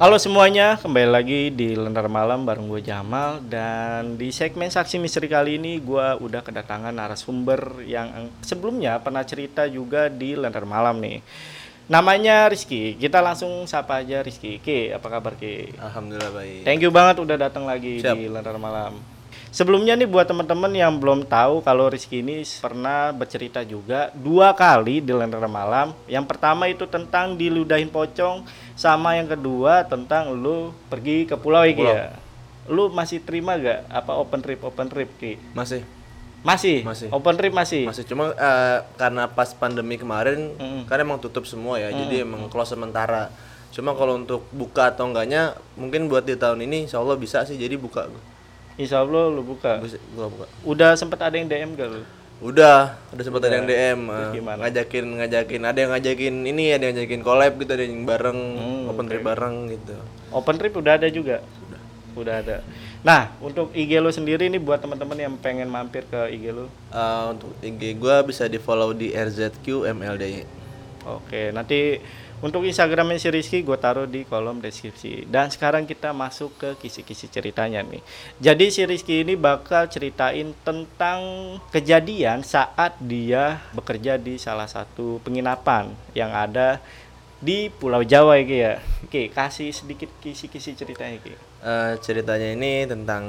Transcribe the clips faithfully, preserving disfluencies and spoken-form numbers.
Halo semuanya, kembali lagi di Lentera Malam bareng gue Jamal. Dan di segmen Saksi Misteri kali ini gue udah kedatangan narasumber yang sebelumnya pernah cerita juga di Lentera Malam nih. Namanya Rizky. Kita langsung sapa aja Rizky. Ki, apa kabar Ki? Alhamdulillah baik. Thank you banget udah datang lagi Siap. di Lentera Malam. Sebelumnya nih buat teman-teman yang belum tahu kalau Rizky ini pernah bercerita juga dua kali di Lentera Malam. Yang pertama itu tentang diludahin pocong, sama yang kedua tentang lu pergi ke pulau iki Pulau. ya. Lu masih terima gak apa open trip open trip Ki? Masih. Masih? Masih. Open trip masih? Masih cuma uh, karena pas pandemi kemarin Mm-mm. kan emang tutup semua ya. Mm. Jadi emang close sementara. Cuma kalau untuk buka atau enggaknya mungkin buat di tahun ini insyaallah bisa sih, jadi buka. Insya Allah lu buka. Bisa gua buka. Udah sempet ada yang D M gak lu? Udah, udah sempat ada yang D M Terus uh, gimana? ngajakin ngajakin ada yang ngajakin ini, ada yang ngajakin collab gitu, ada yang bareng Hmm, open oke. trip bareng gitu. Open trip udah ada juga? Udah. Udah ada. Nah, untuk I G lu sendiri nih buat teman-teman yang pengen mampir ke I G lu. Uh, untuk I G gua bisa di-follow di R Z Q M L D Y. Oke, nanti untuk Instagramnya si Rizky gue taruh di kolom deskripsi. Dan sekarang kita masuk ke kisi-kisi ceritanya nih. Jadi si Rizky ini bakal ceritain tentang kejadian saat dia bekerja di salah satu penginapan yang ada di Pulau Jawa ya Ki ya. Oke, kasih sedikit kisi-kisi ceritanya Ki. Uh, ceritanya ini tentang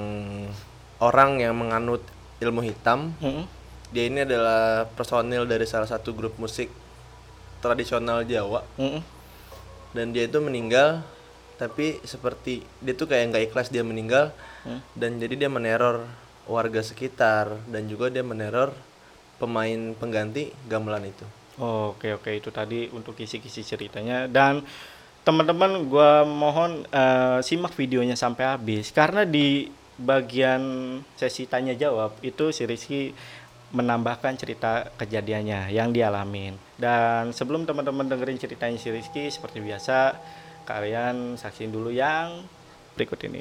orang yang menganut ilmu hitam. Hmm? Dia ini adalah personil dari salah satu grup musik tradisional Jawa. Hmm? Dan dia itu meninggal, tapi seperti dia tuh kayak nggak ikhlas dia meninggal. Hmm? Dan jadi dia meneror warga sekitar dan juga dia meneror pemain pengganti gamelan itu. Oh, oke oke itu tadi untuk kisi-kisi ceritanya. Dan teman-teman gue mohon eh, simak videonya sampai habis karena di bagian sesi tanya jawab itu si Rizky menambahkan cerita kejadiannya yang dialamin. Dan sebelum teman-teman dengerin ceritanya si Rizky, seperti biasa kalian saksiin dulu yang berikut ini.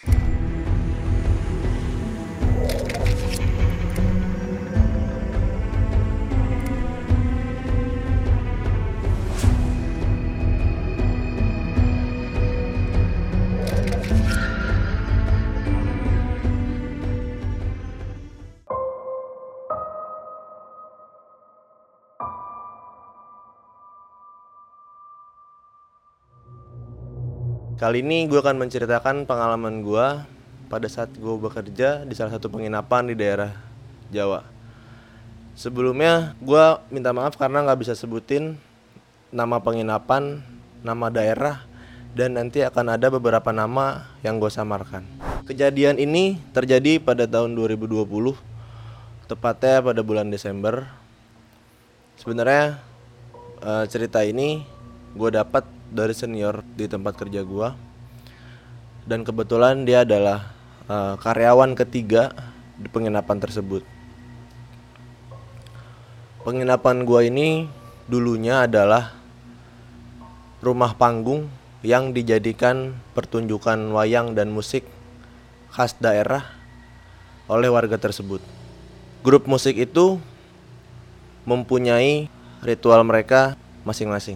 Kali ini gue akan menceritakan pengalaman gue pada saat gue bekerja di salah satu penginapan di daerah Jawa. Sebelumnya gue minta maaf karena nggak bisa sebutin nama penginapan, nama daerah, dan nanti akan ada beberapa nama yang gue samarkan. Kejadian ini terjadi pada tahun dua ribu dua puluh, tepatnya pada bulan Desember. Sebenarnya uh, cerita ini gue dapat dari senior di tempat kerja gua, dan kebetulan dia adalah uh, karyawan ketiga di penginapan tersebut. Penginapan gua ini dulunya adalah rumah panggung yang dijadikan pertunjukan wayang dan musik khas daerah oleh warga tersebut. Grup musik itu mempunyai ritual mereka masing-masing.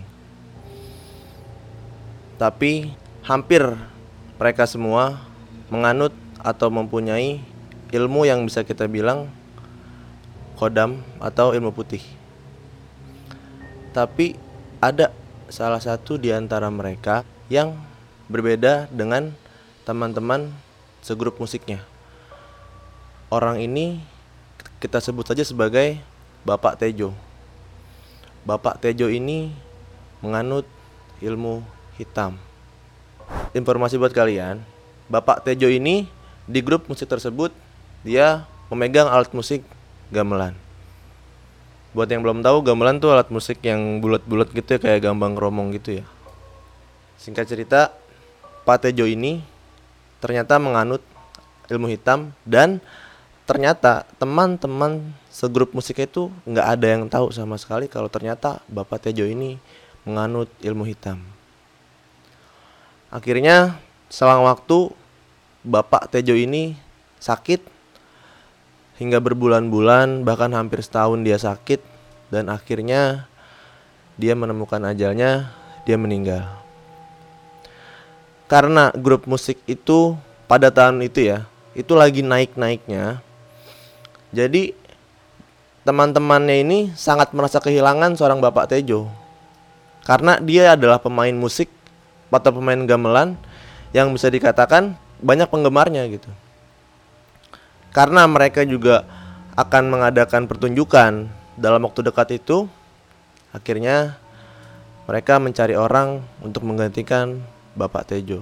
Tapi hampir mereka semua menganut atau mempunyai ilmu yang bisa kita bilang kodam atau ilmu putih. Tapi ada salah satu di antara mereka yang berbeda dengan teman-teman segrup musiknya. Orang ini kita sebut saja sebagai Bapak Tejo. Bapak Tejo ini menganut ilmu hitam. Informasi buat kalian, Bapak Tejo ini di grup musik tersebut dia memegang alat musik gamelan. Buat yang belum tahu, gamelan tuh alat musik yang bulat-bulat gitu ya, kayak gambang kromong gitu ya. Singkat cerita, Pak Tejo ini ternyata menganut ilmu hitam, dan ternyata teman-teman segrup musik itu nggak ada yang tahu sama sekali kalau ternyata Bapak Tejo ini menganut ilmu hitam. Akhirnya selang waktu Bapak Tejo ini sakit hingga berbulan-bulan, bahkan hampir setahun dia sakit, dan akhirnya dia menemukan ajalnya, dia meninggal. karena grup musik itu pada tahun itu ya, itu lagi naik-naiknya. Jadi teman-temannya ini sangat merasa kehilangan seorang Bapak Tejo. Karena dia adalah pemain musik atau pemain gamelan yang bisa dikatakan banyak penggemarnya gitu. Karena mereka juga akan mengadakan pertunjukan dalam waktu dekat itu, akhirnya mereka mencari orang untuk menggantikan Bapak Tejo.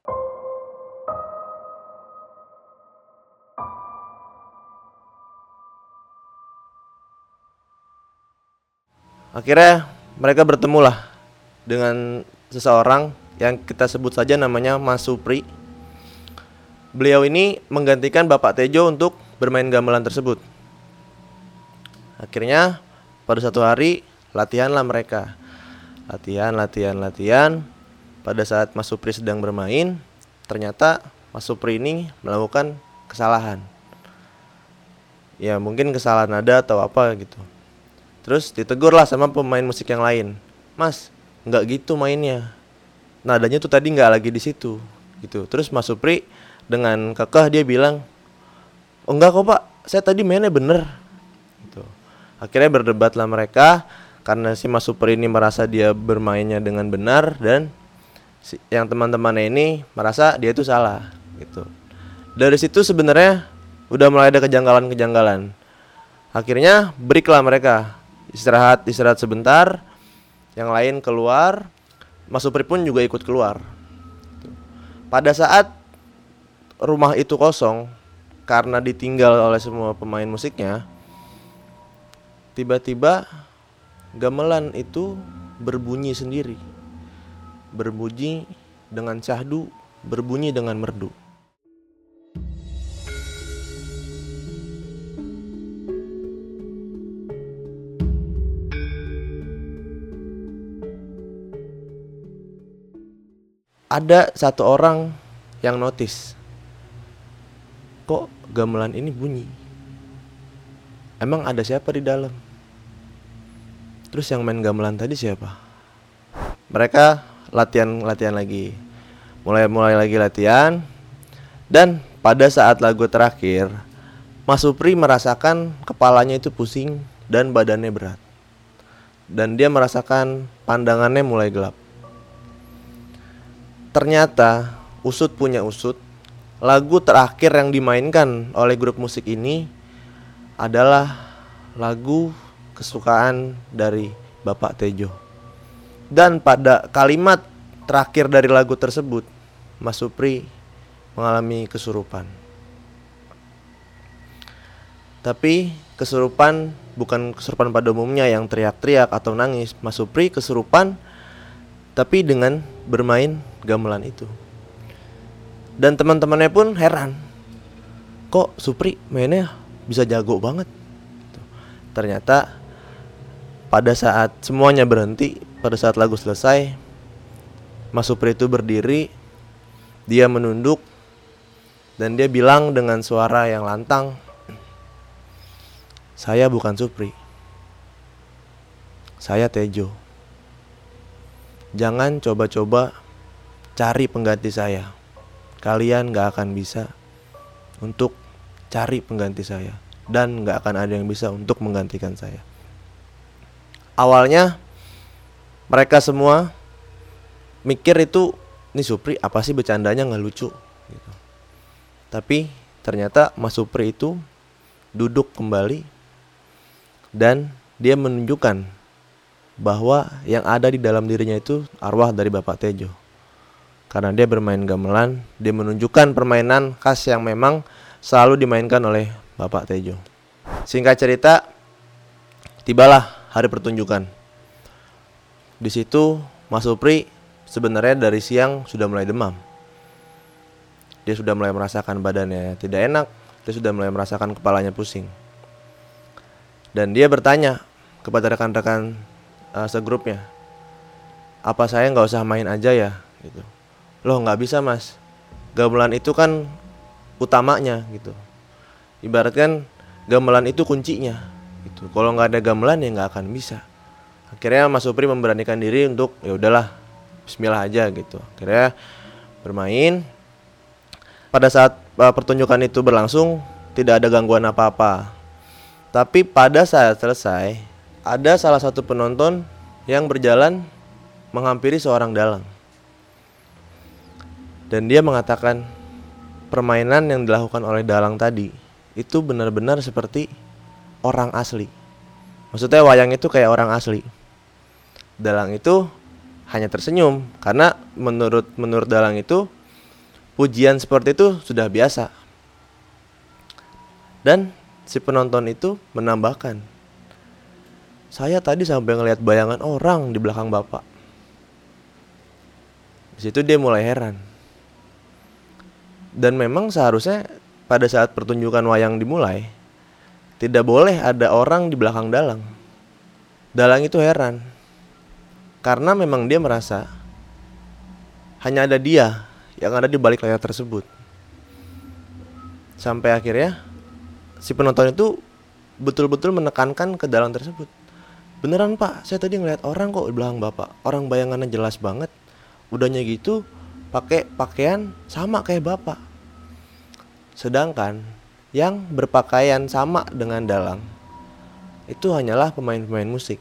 Akhirnya mereka bertemulah dengan seseorang yang kita sebut saja namanya Mas Supri. Beliau ini menggantikan Bapak Tejo untuk bermain gamelan tersebut. Akhirnya pada satu hari latihanlah mereka. Latihan, latihan, latihan. Pada saat Mas Supri sedang bermain, ternyata Mas Supri ini melakukan kesalahan. Ya mungkin kesalahan nada atau apa gitu. Terus ditegurlah sama pemain musik yang lain. Mas, nggak gitu mainnya. Nadanya tuh tadi nggak lagi di situ. Gitu. Terus Mas Supri dengan kekeh dia bilang, oh enggak kok Pak, saya tadi mainnya bener gitu. Akhirnya berdebatlah mereka karena si Mas Supri ini merasa dia bermainnya dengan benar dan si, yang teman-temannya ini merasa dia itu salah gitu. Dari situ sebenarnya udah mulai ada kejanggalan-kejanggalan. Akhirnya breaklah mereka, istirahat istirahat sebentar, yang lain keluar, Mas Supri pun juga ikut keluar. Pada saat rumah itu kosong karena ditinggal oleh semua pemain musiknya, tiba-tiba gamelan itu berbunyi sendiri, berbunyi dengan syahdu, berbunyi dengan merdu. Ada satu orang yang notice, kok gamelan ini bunyi? Emang ada siapa di dalam? Terus yang main gamelan tadi siapa? Mereka latihan-latihan lagi. Mulai-mulai lagi latihan. Dan pada saat lagu terakhir, Mas Supri merasakan kepalanya itu pusing dan badannya berat. Dan dia merasakan pandangannya mulai gelap. Ternyata usut punya usut, lagu terakhir yang dimainkan oleh grup musik ini adalah lagu kesukaan dari Bapak Tejo. Dan pada kalimat terakhir dari lagu tersebut, Mas Supri mengalami kesurupan. Tapi kesurupan bukan kesurupan pada umumnya yang teriak-teriak atau nangis. Mas Supri kesurupan tapi dengan bermain gamelan itu. Dan teman-temannya pun heran, kok Supri mainnya bisa jago banget. Ternyata pada saat semuanya berhenti, pada saat lagu selesai, Mas Supri itu berdiri, dia menunduk, dan dia bilang dengan suara yang lantang, saya bukan Supri, saya Tejo. Jangan coba-coba cari pengganti saya. Kalian gak akan bisa untuk cari pengganti saya, dan gak akan ada yang bisa untuk menggantikan saya. Awalnya mereka semua mikir itu, ini Supri apa sih bercandanya gak lucu gitu. Tapi ternyata Mas Supri itu duduk kembali dan dia menunjukkan bahwa yang ada di dalam dirinya itu arwah dari Bapak Tejo. Karena dia bermain gamelan, dia menunjukkan permainan khas yang memang selalu dimainkan oleh Bapak Tejo. Singkat cerita, tibalah hari pertunjukan. Di situ Mas Supri sebenarnya dari siang sudah mulai demam. Dia sudah mulai merasakan badannya tidak enak, dia sudah mulai merasakan kepalanya pusing. Dan dia bertanya kepada rekan-rekan uh, segrupnya, apa saya nggak usah main aja ya? Gitu. Loh nggak bisa mas, gamelan itu kan utamanya gitu. Ibaratkan gamelan itu kuncinya gitu. Kalau nggak ada gamelan ya nggak akan bisa. Akhirnya Mas Supri memberanikan diri untuk ya udahlah, Bismillah aja gitu. Akhirnya bermain. Pada saat uh, pertunjukan itu berlangsung, tidak ada gangguan apa-apa. Tapi pada saat selesai, ada salah satu penonton yang berjalan menghampiri seorang dalang. Dan dia mengatakan permainan yang dilakukan oleh dalang tadi itu benar-benar seperti orang asli. Maksudnya wayang itu kayak orang asli. Dalang itu hanya tersenyum karena menurut menurut dalang itu pujian seperti itu sudah biasa. Dan si penonton itu menambahkan, saya tadi sampai ngelihat bayangan orang di belakang Bapak. Di situ dia mulai heran. Dan memang seharusnya pada saat pertunjukan wayang dimulai, tidak boleh ada orang di belakang dalang. Dalang itu heran. Karena memang dia merasa hanya ada dia yang ada di balik layar tersebut. Sampai akhirnya si penonton itu betul-betul menekankan ke dalang tersebut. Beneran Pak, saya tadi ngeliat orang kok di belakang Bapak. Orang bayangannya jelas banget. Udahnya gitu pakai pakaian sama kayak Bapak. Sedangkan yang berpakaian sama dengan dalang itu hanyalah pemain-pemain musik.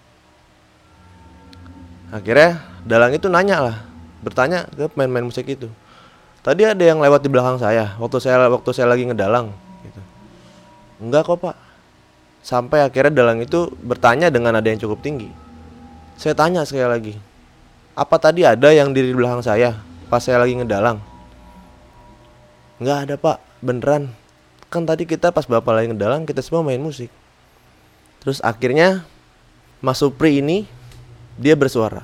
Akhirnya dalang itu nanya lah, bertanya ke pemain-pemain musik itu, tadi ada yang lewat di belakang saya waktu saya waktu saya lagi ngedalang gitu. Enggak kok Pak. Sampai akhirnya dalang itu bertanya dengan nada yang cukup tinggi. Saya tanya sekali lagi, apa tadi ada yang diri di belakang saya pas saya lagi ngedalang? Enggak ada Pak, beneran. Kan tadi kita pas Bapak lagi ngedalang kita semua main musik. Terus akhirnya Mas Supri ini dia bersuara.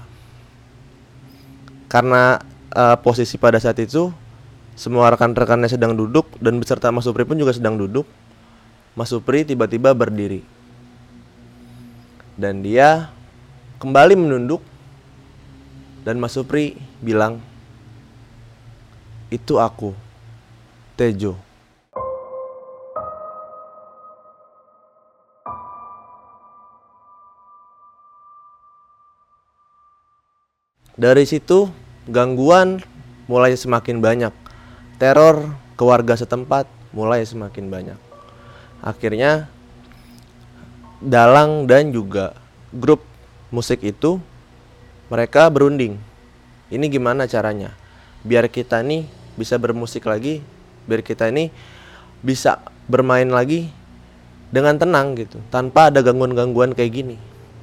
Karena uh, posisi pada saat itu semua rekan-rekannya sedang duduk dan beserta Mas Supri pun juga sedang duduk. Mas Supri tiba-tiba berdiri. Dan dia kembali menunduk. Dan Mas Supri bilang, itu aku, Tejo. Dari situ gangguan mulai semakin banyak. Teror ke warga setempat mulai semakin banyak. Akhirnya dalang dan juga grup musik itu mereka berunding. Ini gimana caranya biar kita nih bisa bermusik lagi, biar kita ini bisa bermain lagi dengan tenang gitu, tanpa ada gangguan-gangguan kayak gini.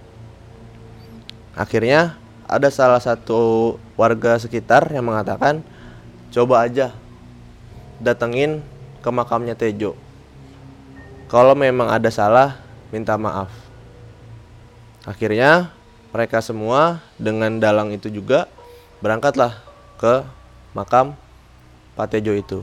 Akhirnya ada salah satu warga sekitar yang mengatakan, coba aja datengin ke makamnya Tejo. Kalau memang ada salah, minta maaf. Akhirnya mereka semua dengan dalang itu juga berangkatlah ke makam Pak Tejo itu.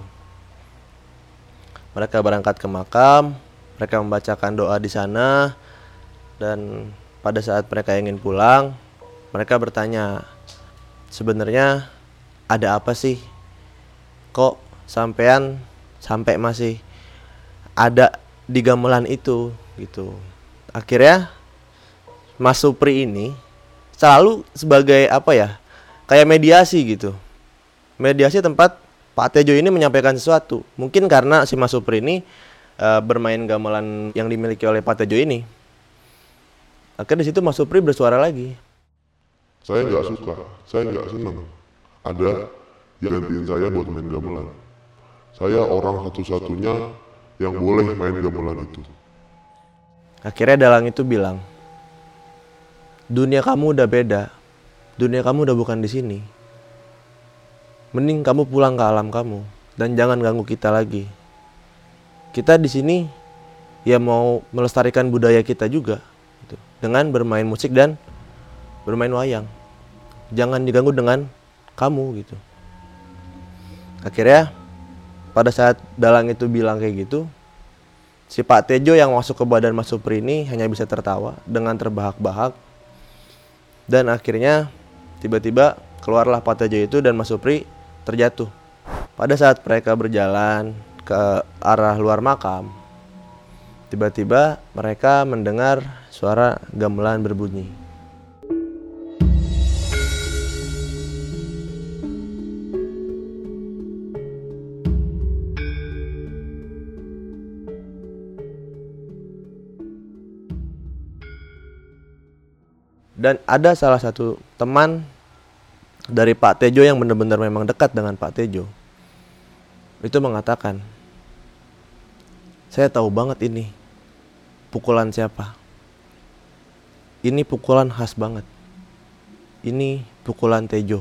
Mereka berangkat ke makam, mereka membacakan doa di sana, dan pada saat mereka ingin pulang, mereka bertanya, sebenarnya ada apa sih? Kok sampean sampai masih ada di gamelan itu gitu. Akhirnya Mas Supri ini selalu sebagai apa ya? Kayak mediasi gitu. Mediasi tempat Pak Tejo ini menyampaikan sesuatu. Mungkin karena si Mas Supri ini uh, bermain gamelan yang dimiliki oleh Pak Tejo ini. Akhirnya di situ Mas Supri bersuara lagi. Saya nggak suka, saya nggak senang. Ada yang gantiin saya buat main gamelan. Saya orang satu-satunya yang boleh main gamelan itu. Akhirnya dalang itu bilang, dunia kamu udah beda, dunia kamu udah bukan di sini. Mending kamu pulang ke alam kamu dan jangan ganggu kita lagi. Kita di sini ya mau melestarikan budaya kita juga, gitu, dengan bermain musik dan bermain wayang. Jangan diganggu dengan kamu gitu. Akhirnya pada saat dalang itu bilang kayak gitu, si Pak Tejo yang masuk ke badan Mas Supri ini hanya bisa tertawa dengan terbahak-bahak. Dan akhirnya tiba-tiba keluarlah Pak Tejo itu dan Mas Supri terjatuh. Pada saat mereka berjalan ke arah luar makam, tiba-tiba mereka mendengar suara gamelan berbunyi. Dan ada salah satu teman dari Pak Tejo yang benar-benar memang dekat dengan Pak Tejo, itu mengatakan, saya tahu banget ini pukulan siapa. Ini pukulan khas banget. Ini pukulan Tejo.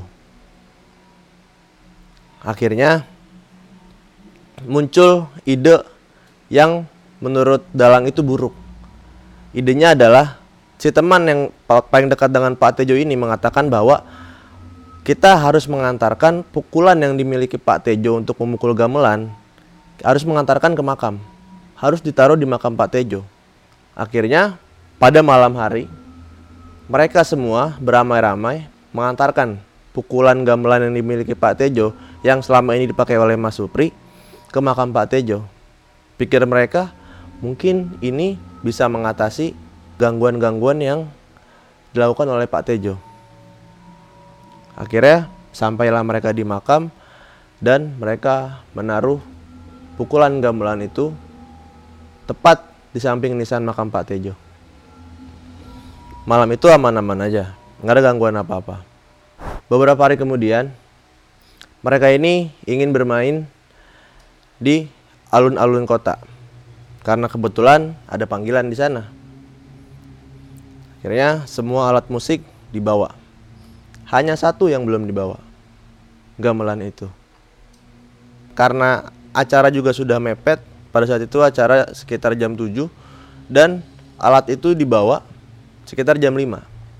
Akhirnya muncul ide yang menurut Dalang itu buruk. Idenya adalah si teman yang paling dekat dengan Pak Tejo ini mengatakan bahwa kita harus mengantarkan pukulan yang dimiliki Pak Tejo untuk memukul gamelan, harus mengantarkan ke makam, harus ditaruh di makam Pak Tejo. Akhirnya pada malam hari mereka semua beramai-ramai mengantarkan pukulan gamelan yang dimiliki Pak Tejo yang selama ini dipakai oleh Mas Supri ke makam Pak Tejo. Pikir mereka mungkin ini bisa mengatasi gangguan-gangguan yang dilakukan oleh Pak Tejo. Akhirnya sampailah mereka di makam dan mereka menaruh pukulan gamelan itu tepat di samping nisan makam Pak Tejo. Malam itu aman-aman aja, nggak ada gangguan apa-apa. Beberapa hari kemudian mereka ini ingin bermain di alun-alun kota karena kebetulan ada panggilan di sana. Akhirnya semua alat musik dibawa. Hanya satu yang belum dibawa, gamelan itu. Karena acara juga sudah mepet, pada saat itu acara sekitar jam tujuh dan alat itu dibawa sekitar jam lima.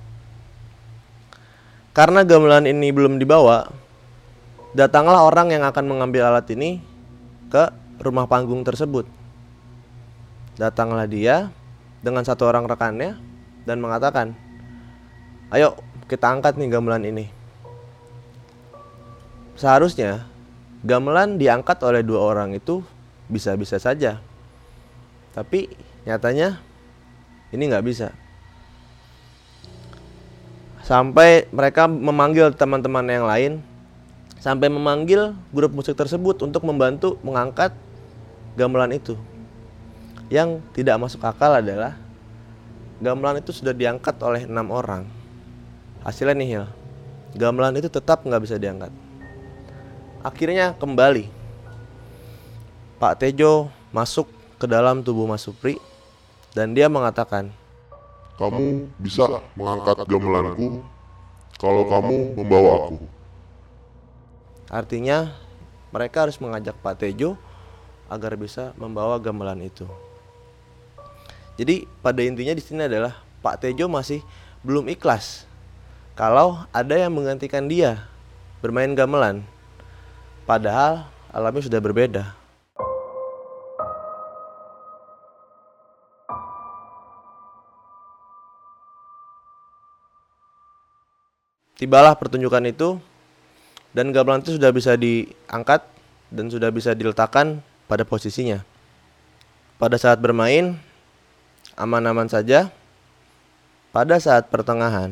Karena gamelan ini belum dibawa, datanglah orang yang akan mengambil alat ini ke rumah panggung tersebut. Datanglah dia dengan satu orang rekannya dan mengatakan, ayo kita angkat nih gamelan ini. Seharusnya gamelan diangkat oleh dua orang itu bisa-bisa saja, tapi nyatanya ini nggak bisa. Sampai mereka memanggil teman-teman yang lain, sampai memanggil grup musik tersebut untuk membantu mengangkat gamelan itu. Yang tidak masuk akal adalah gamelan itu sudah diangkat oleh enam orang. Hasilnya nihil, gamelan itu tetap nggak bisa diangkat. Akhirnya kembali Pak Tejo masuk ke dalam tubuh Mas Supri dan dia mengatakan, Kamu bisa mengangkat gamelanku kalau kamu membawa aku. artinya mereka harus mengajak Pak Tejo agar bisa membawa gamelan itu. Jadi pada intinya di sini adalah Pak Tejo masih belum ikhlas kalau ada yang menggantikan dia bermain gamelan, padahal alamnya sudah berbeda. Tibalah pertunjukan itu dan gamelan itu sudah bisa diangkat dan sudah bisa diletakkan pada posisinya. Pada saat bermain aman-aman saja. Pada saat pertengahan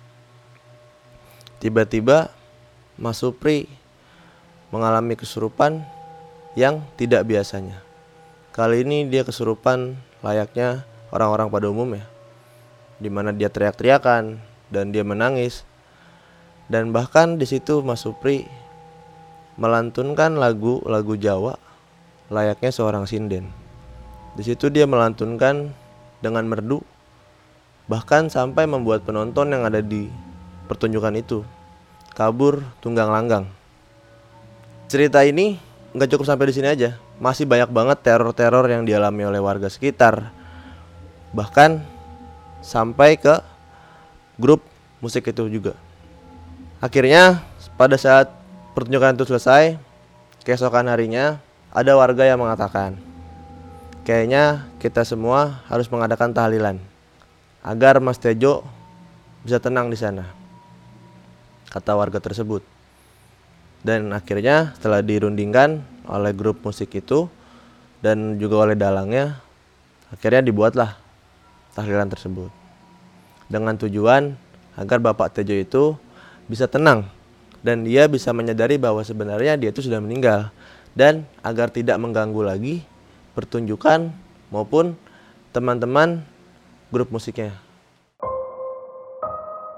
tiba-tiba Mas Supri mengalami kesurupan yang tidak biasanya. Kali ini dia kesurupan layaknya orang-orang pada umumnya, di mana dia teriak-teriakan dan dia menangis. Dan bahkan di situ Mas Supri melantunkan lagu-lagu Jawa layaknya seorang sinden. Di situ dia melantunkan dengan merdu, bahkan sampai membuat penonton yang ada di pertunjukan itu kabur tunggang langgang. Cerita ini nggak cukup sampai di sini aja, masih banyak banget teror-teror yang dialami oleh warga sekitar, bahkan sampai ke grup musik itu juga. Akhirnya pada saat pertunjukan itu selesai, keesokan harinya ada warga yang mengatakan, kayaknya kita semua harus mengadakan tahlilan agar Mas Tejo bisa tenang di sana, kata warga tersebut. Dan akhirnya setelah dirundingkan oleh grup musik itu dan juga oleh dalangnya, akhirnya dibuatlah tahlilan tersebut dengan tujuan agar Bapak Tejo itu bisa tenang dan dia bisa menyadari bahwa sebenarnya dia itu sudah meninggal, dan agar tidak mengganggu lagi pertunjukan maupun teman-teman grup musiknya.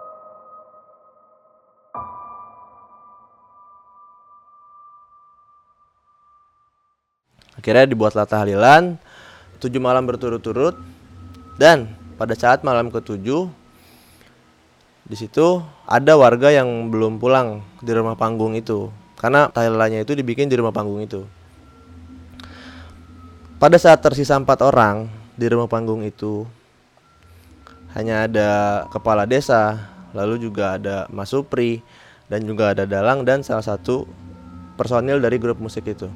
Akhirnya dibuatlah tahlilan tujuh malam berturut-turut, dan pada saat malam ketujuh di situ ada warga yang belum pulang di rumah panggung itu, karena tahlilannya itu dibikin di rumah panggung itu. Pada saat tersisa empat orang di rumah panggung itu, hanya ada kepala desa, lalu juga ada Mas Supri, dan juga ada Dalang dan salah satu personil dari grup musik itu.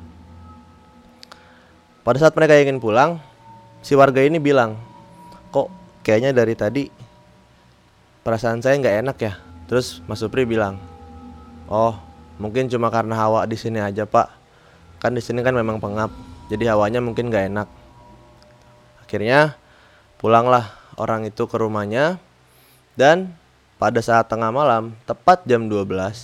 Pada saat mereka ingin pulang, si warga ini bilang, kok kayaknya dari tadi perasaan saya nggak enak ya. Terus Mas Supri bilang, oh mungkin cuma karena hawa di sini aja Pak, kan di sini kan memang pengap, jadi hawanya mungkin nggak enak. Akhirnya pulanglah orang itu ke rumahnya, dan pada saat tengah malam, tepat jam dua belas,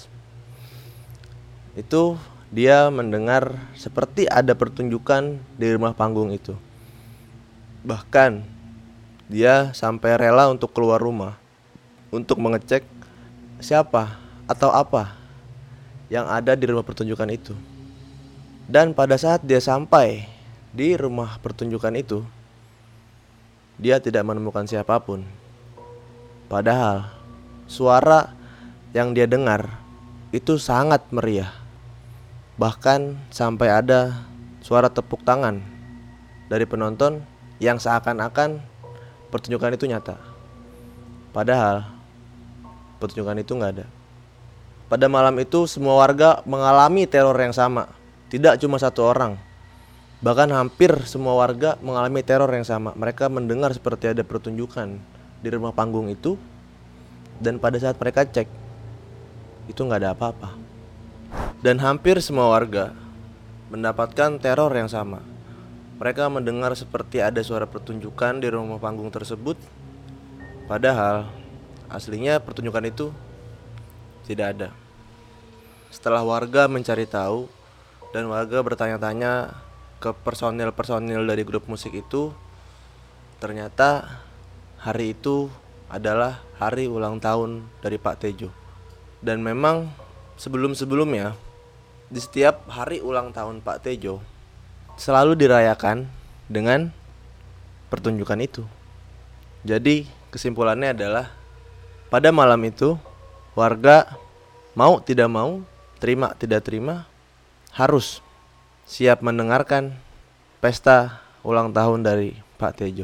itu dia mendengar seperti ada pertunjukan di rumah panggung itu. Bahkan dia sampai rela untuk keluar rumah untuk mengecek siapa atau apa yang ada di rumah pertunjukan itu. Dan pada saat dia sampai di rumah pertunjukan itu, dia tidak menemukan siapapun. Padahal suara yang dia dengar itu sangat meriah. Bahkan sampai ada suara tepuk tangan dari penonton yang seakan-akan pertunjukan itu nyata. Padahal pertunjukan itu nggak ada. Pada malam itu semua warga mengalami teror yang sama. Tidak cuma satu orang, bahkan hampir semua warga mengalami teror yang sama. Mereka mendengar seperti ada pertunjukan di rumah panggung itu, dan pada saat mereka cek, itu nggak ada apa-apa. Dan hampir semua warga mendapatkan teror yang sama. Mereka mendengar seperti ada suara pertunjukan di rumah panggung tersebut, padahal aslinya pertunjukan itu tidak ada. Setelah warga mencari tahu dan warga bertanya-tanya ke personil-personil dari grup musik itu, ternyata hari itu adalah hari ulang tahun dari Pak Tejo. Dan memang sebelum-sebelumnya, di setiap hari ulang tahun Pak Tejo selalu dirayakan dengan pertunjukan itu. Jadi kesimpulannya adalah pada malam itu warga mau tidak mau, terima tidak terima, harus siap mendengarkan pesta ulang tahun dari Pak Tejo.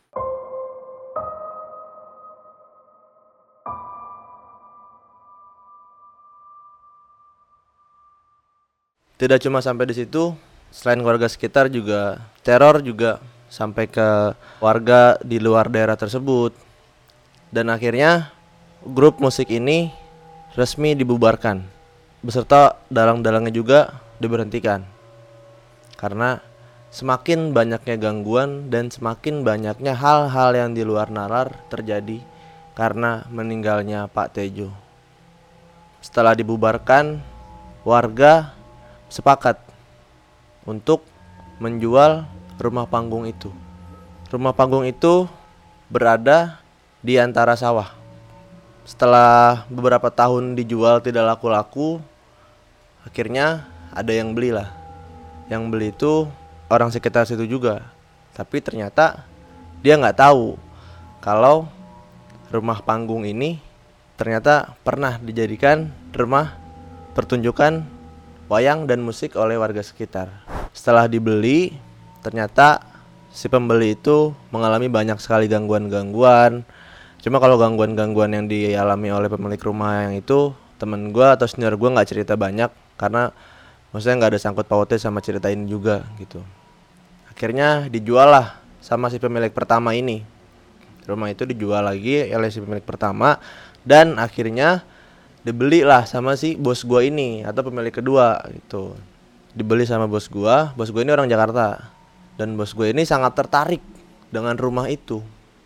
Tidak cuma sampai di situ, selain warga sekitar juga teror juga sampai ke warga di luar daerah tersebut. Dan akhirnya grup musik ini resmi dibubarkan, beserta dalang-dalangnya juga diberhentikan. Karena semakin banyaknya gangguan dan semakin banyaknya hal-hal yang di luar nalar terjadi karena meninggalnya Pak Tejo. Setelah dibubarkan, warga sepakat untuk menjual rumah panggung itu. Rumah panggung itu berada di antara sawah. Setelah beberapa tahun dijual tidak laku-laku, akhirnya ada yang belilah. Yang beli itu orang sekitar situ juga. Tapi ternyata dia nggak tahu kalau rumah panggung ini ternyata pernah dijadikan rumah pertunjukan wayang dan musik oleh warga sekitar. Setelah dibeli, ternyata si pembeli itu mengalami banyak sekali gangguan-gangguan. Cuma kalau gangguan-gangguan yang dialami oleh pemilik rumah yang itu, temen gue atau senior gue nggak cerita banyak karena maksudnya nggak ada sangkut pautnya sama cerita ini juga gitu. Akhirnya dijual lah sama si pemilik pertama ini. Rumah itu dijual lagi oleh si pemilik pertama, dan akhirnya dibeli lah sama si bos gua ini atau pemilik kedua gitu. Dibeli sama bos gua. Bos gua ini orang Jakarta, dan bos gua ini sangat tertarik dengan rumah itu.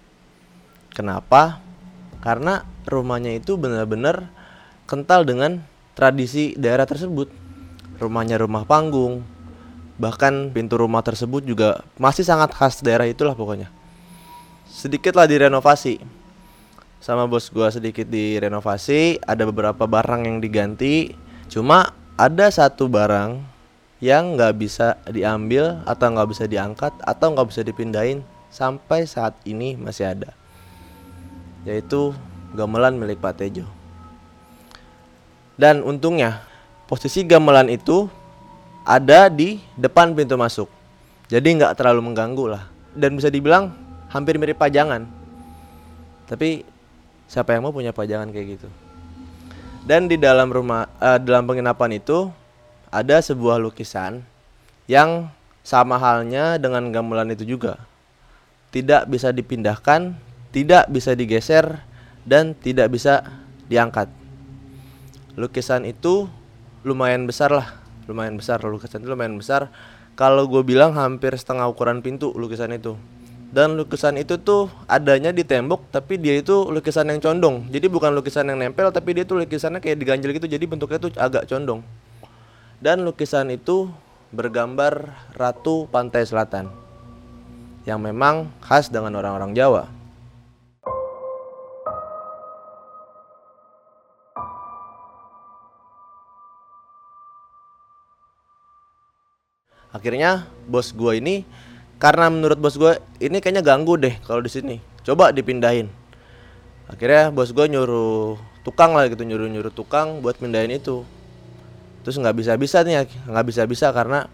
Kenapa? Karena rumahnya itu benar-benar kental dengan tradisi daerah tersebut. Rumahnya rumah panggung, bahkan pintu rumah tersebut juga masih sangat khas daerah itulah pokoknya. Sedikitlah direnovasi sama bos gua, sedikit direnovasi, ada beberapa barang yang diganti. Cuma ada satu barang yang nggak bisa diambil atau nggak bisa diangkat atau nggak bisa dipindahin sampai saat ini masih ada, yaitu gamelan milik Pak Tejo. Dan untungnya posisi gamelan itu ada di depan pintu masuk, jadi nggak terlalu mengganggu lah, dan bisa dibilang hampir mirip pajangan. Tapi siapa yang mau punya pajangan kayak gitu? Dan di dalam rumah, uh, dalam penginapan itu ada sebuah lukisan yang sama halnya dengan gamelan itu juga, tidak bisa dipindahkan, tidak bisa digeser, dan tidak bisa diangkat. Lukisan itu lumayan besar lah, lumayan besar lukisan itu lumayan besar. Kalau gue bilang hampir setengah ukuran pintu lukisan itu. Dan lukisan itu tuh adanya di tembok, tapi dia itu lukisan yang condong. Jadi bukan lukisan yang nempel, tapi dia tuh lukisannya kayak diganjel gitu, jadi bentuknya tuh agak condong. Dan lukisan itu bergambar Ratu Pantai Selatan, yang memang khas dengan orang-orang Jawa. Akhirnya bos gue ini, karena menurut bos gue ini kayaknya ganggu deh kalau di sini, coba dipindahin. Akhirnya bos gue nyuruh tukang lah gitu, nyuruh nyuruh tukang buat pindahin itu. Terus nggak bisa bisa nih, nggak bisa bisa karena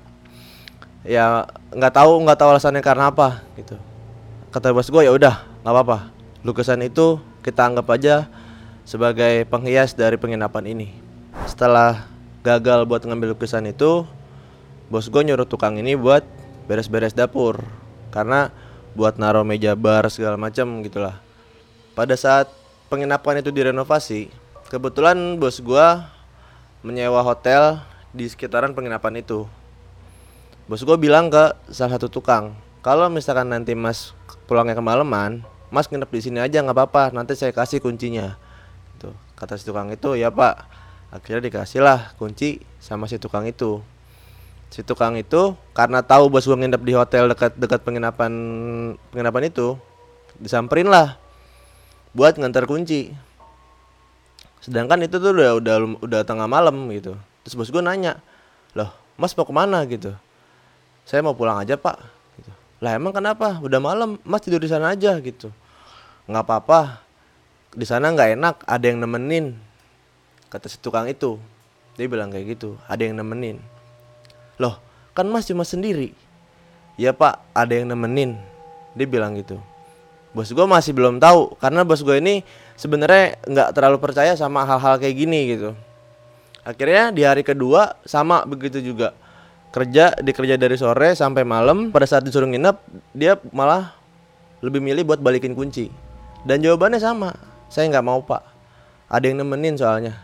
ya nggak tahu nggak tahu alasannya karena apa gitu. Kata bos gue, ya udah nggak apa-apa, lukisan itu kita anggap aja sebagai penghias dari penginapan ini. Setelah gagal buat ngambil lukisan itu, bos gue nyuruh tukang ini buat beres-beres dapur, karena buat naruh meja bar segala macam gitulah. Pada saat penginapan itu direnovasi, kebetulan bos gue menyewa hotel di sekitaran penginapan itu. Bos gue bilang ke salah satu tukang, kalau misalkan nanti mas pulangnya kemalaman, mas nginep di sini aja nggak apa-apa, nanti saya kasih kuncinya. Gitu. Kata si tukang itu, ya pak. Akhirnya dikasihlah kunci sama si tukang itu. Si tukang itu karena tahu bos gue nginep di hotel dekat-dekat penginapan penginapan itu, disamperin lah buat ngantar kunci. Sedangkan itu tuh udah udah udah tengah malam gitu. Terus bos gue nanya, loh mas mau kemana gitu? Saya mau pulang aja pak. Gitu. Lah emang kenapa? Udah malam, mas tidur di sana aja gitu. Nggak apa-apa, di sana nggak enak, ada yang nemenin. Kata si tukang itu, dia bilang kayak gitu, ada yang nemenin. Loh kan mas cuma sendiri. Ya pak, ada yang nemenin, dia bilang gitu. Bos gue masih belum tahu, karena bos gue ini sebenarnya nggak terlalu percaya sama hal-hal kayak gini gitu. Akhirnya di hari kedua sama begitu juga, kerja dikerja dari sore sampai malam. Pada saat disuruh nginep, dia malah lebih milih buat balikin kunci. Dan jawabannya sama, saya nggak mau pak, ada yang nemenin soalnya.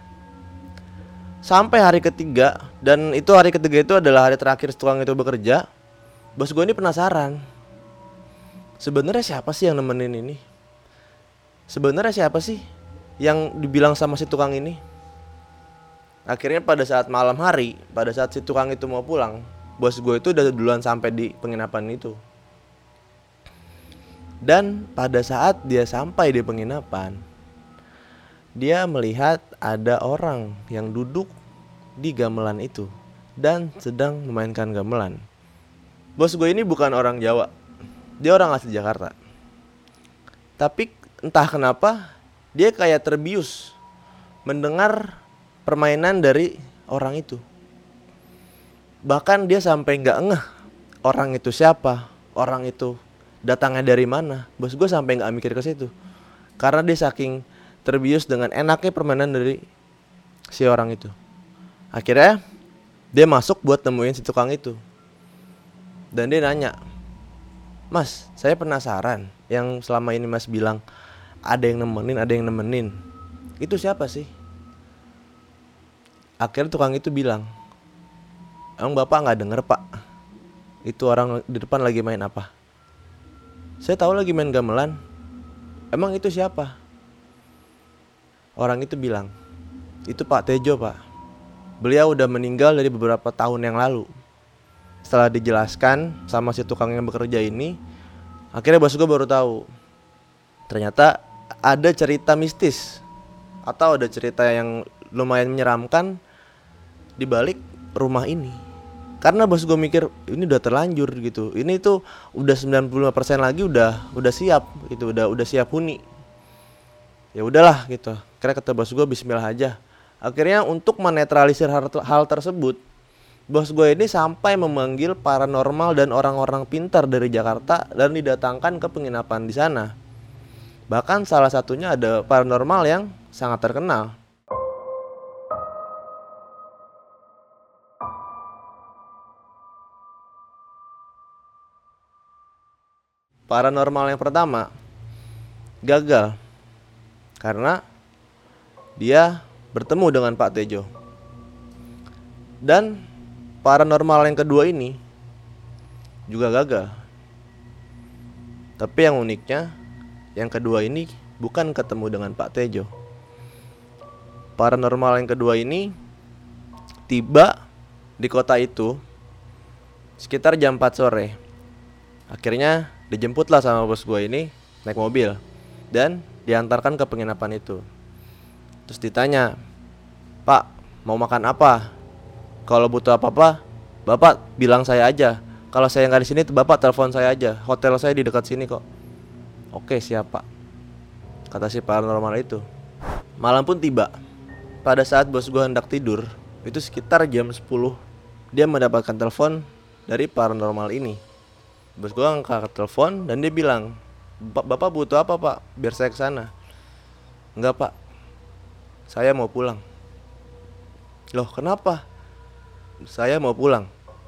Sampai hari ketiga, dan itu hari ketiga itu adalah hari terakhir tukang itu bekerja. Bos gue ini penasaran, sebenarnya siapa sih yang nemenin ini? Sebenarnya siapa sih yang dibilang sama si tukang ini? Akhirnya pada saat malam hari, pada saat si tukang itu mau pulang, bos gue itu udah duluan sampai di penginapan itu. Dan pada saat dia sampai di penginapan, dia melihat ada orang yang duduk di gamelan itu dan sedang memainkan gamelan. Bos gue ini bukan orang Jawa, dia orang asli Jakarta. Tapi entah kenapa dia kayak terbius mendengar permainan dari orang itu. Bahkan dia sampai nggak ngeh orang itu siapa, orang itu datangnya dari mana. Bos gue sampai nggak mikir ke situ, karena dia saking terbius dengan enaknya permainan dari si orang itu. Akhirnya dia masuk buat nemuin si tukang itu. Dan dia nanya, mas, saya penasaran, yang selama ini mas bilang ada yang nemenin, ada yang nemenin, itu siapa sih? Akhirnya tukang itu bilang, emang bapak gak denger pak, itu orang di depan lagi main apa? Saya tahu lagi main gamelan. Emang itu siapa? Orang itu bilang, itu Pak Tejo pak, beliau udah meninggal dari beberapa tahun yang lalu. Setelah dijelaskan sama si tukang yang bekerja ini, akhirnya bos gue baru tahu, ternyata ada cerita mistis atau ada cerita yang lumayan menyeramkan di balik rumah ini. Karena bos gue mikir ini udah terlanjur gitu. Ini tuh udah sembilan puluh lima persen lagi udah udah siap gitu, udah udah siap huni. Ya udahlah gitu. Kira kata bos gue bismillah aja. Akhirnya untuk menetralisir hal, hal tersebut, bos gue ini sampai memanggil paranormal dan orang-orang pintar dari Jakarta dan didatangkan ke penginapan di sana. Bahkan salah satunya ada paranormal yang sangat terkenal. Paranormal yang pertama gagal karena dia bertemu dengan Pak Tejo. Dan paranormal yang kedua ini juga gagal. Tapi yang uniknya, yang kedua ini bukan ketemu dengan Pak Tejo. Paranormal yang kedua ini tiba di kota itu sekitar jam empat sore. Akhirnya dijemputlah sama bos gue ini naik mobil dan diantarkan ke penginapan itu. Terus ditanya, "Pak, mau makan apa? Kalau butuh apa-apa, Bapak bilang saya aja. Kalau saya nggak di sini, Bapak telepon saya aja. Hotel saya di dekat sini kok." "Oke, siap, Pak," kata si paranormal itu. Malam pun tiba. Pada saat bos gue hendak tidur, itu sekitar jam sepuluh, dia mendapatkan telepon dari paranormal ini. Bos gue angkat telepon dan dia bilang, "Bapak butuh apa, Pak? Biar saya kesana." "Enggak, Pak, saya mau pulang." "Loh, kenapa?" "Saya mau pulang."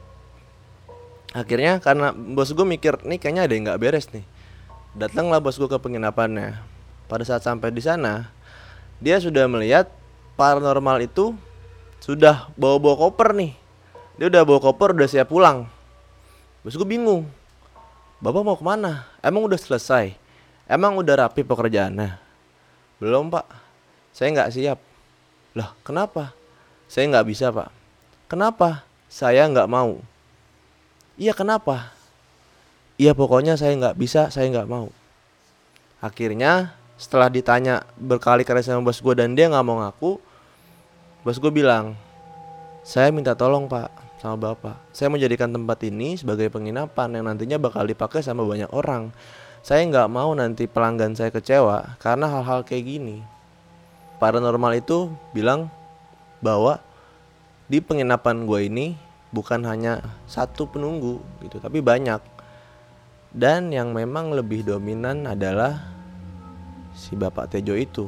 Akhirnya karena bos gue mikir, nih kayaknya ada yang gak beres nih. Datanglah bos gue ke penginapannya. Pada saat sampai di sana, dia sudah melihat paranormal itu sudah bawa-bawa koper nih. Dia udah bawa koper, udah siap pulang. Bos gue bingung, "Bapak mau kemana? Emang udah selesai? Emang udah rapi pekerjaannya?" "Belum, Pak, saya gak siap." "Lah, kenapa?" "Saya gak bisa, Pak." "Kenapa?" "Saya gak mau." "Iya, kenapa?" "Iya, pokoknya saya gak bisa, saya gak mau." Akhirnya setelah ditanya berkali-kali sama bos gue dan dia gak mau ngaku, bos gue bilang, "Saya minta tolong, Pak, sama Bapak. Saya menjadikan tempat ini sebagai penginapan yang nantinya bakal dipakai sama banyak orang. Saya gak mau nanti pelanggan saya kecewa karena hal-hal kayak gini." Paranormal itu bilang bahwa di penginapan gue ini bukan hanya satu penunggu gitu, tapi banyak. Dan yang memang lebih dominan adalah si Bapak Tejo itu.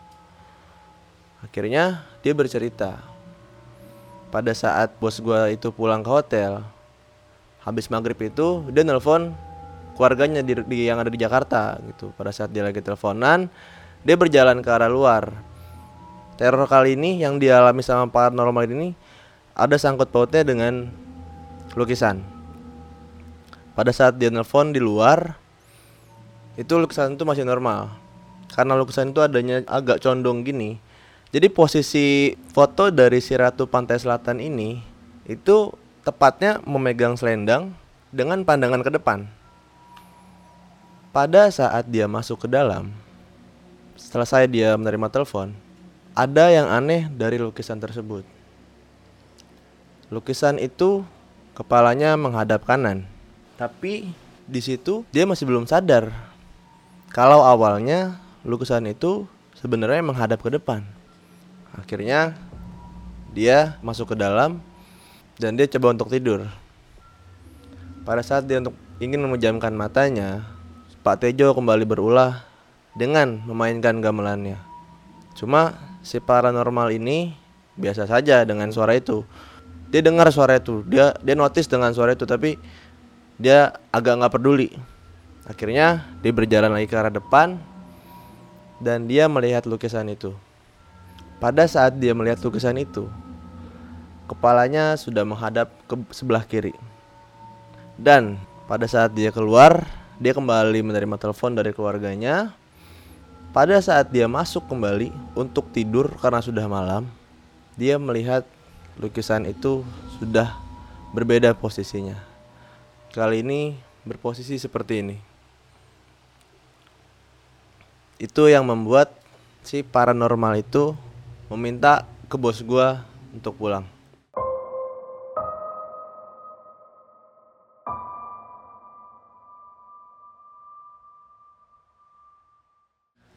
Akhirnya dia bercerita, pada saat bos gue itu pulang ke hotel, habis maghrib itu dia nelpon keluarganya di, di yang ada di Jakarta gitu. Pada saat dia lagi teleponan, dia berjalan ke arah luar. Teror kali ini yang dialami sama paranormal ini ada sangkut pautnya dengan lukisan. Pada saat dia nelpon di luar, itu lukisan itu masih normal. Karena lukisan itu adanya agak condong gini. Jadi posisi foto dari si Ratu Pantai Selatan ini itu tepatnya memegang selendang dengan pandangan ke depan. Pada saat dia masuk ke dalam, setelah saya dia menerima telepon, ada yang aneh dari lukisan tersebut. Lukisan itu kepalanya menghadap kanan, tapi di situ dia masih belum sadar kalau awalnya lukisan itu sebenarnya menghadap ke depan. Akhirnya dia masuk ke dalam dan dia coba untuk tidur. Pada saat dia untuk ingin memejamkan matanya, Pak Tejo kembali berulah dengan memainkan gamelannya. Cuma si paranormal ini biasa saja dengan suara itu. Dia dengar suara itu, dia dia notice dengan suara itu, tapi dia agak nggak peduli. Akhirnya dia berjalan lagi ke arah depan dan dia melihat lukisan itu. Pada saat dia melihat lukisan itu, kepalanya sudah menghadap ke sebelah kiri. Dan pada saat dia keluar, dia kembali menerima telepon dari keluarganya. Pada saat dia masuk kembali untuk tidur karena sudah malam, dia melihat lukisan itu sudah berbeda posisinya. Kali ini berposisi seperti ini. Itu yang membuat si paranormal itu meminta ke bos gua untuk pulang.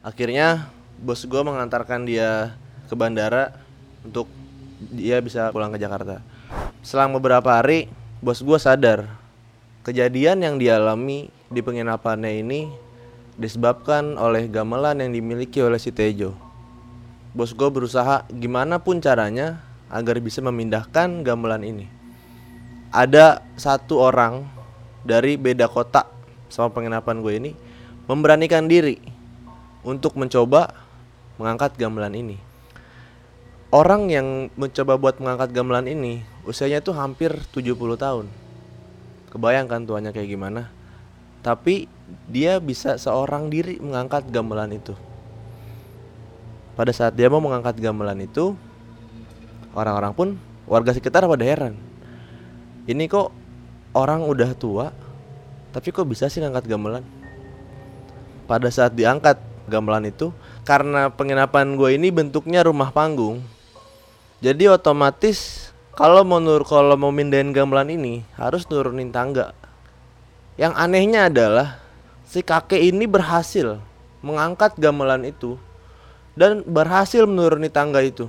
Akhirnya bos gue mengantarkan dia ke bandara untuk dia bisa pulang ke Jakarta. Selang beberapa hari, bos gue sadar kejadian yang dialami di penginapannya ini disebabkan oleh gamelan yang dimiliki oleh si Tejo. Bos gue berusaha gimana pun caranya agar bisa memindahkan gamelan ini. Ada satu orang dari beda kota sama penginapan gue ini memberanikan diri untuk mencoba mengangkat gamelan ini. Orang yang mencoba buat mengangkat gamelan ini usianya tuh hampir tujuh puluh tahun. Kebayangkan tuanya kayak gimana. Tapi dia bisa seorang diri mengangkat gamelan itu. Pada saat dia mau mengangkat gamelan itu, orang-orang pun, warga sekitar pada heran. Ini kok orang udah tua, tapi kok bisa sih ngangkat gamelan? Pada saat diangkat gamelan itu, karena penginapan gue ini bentuknya rumah panggung, jadi otomatis kalau mau nur kalau mau mindahin gamelan ini harus nurunin tangga. Yang anehnya adalah si kakek ini berhasil mengangkat gamelan itu dan berhasil menuruni tangga itu.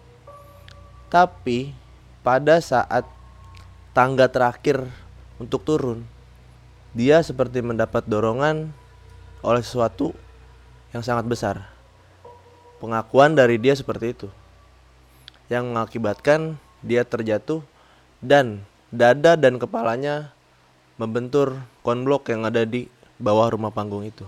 Tapi pada saat tangga terakhir untuk turun, dia seperti mendapat dorongan oleh sesuatu yang sangat besar. Pengakuan dari dia seperti itu, yang mengakibatkan dia terjatuh dan dada dan kepalanya membentur konblok yang ada di bawah rumah panggung itu.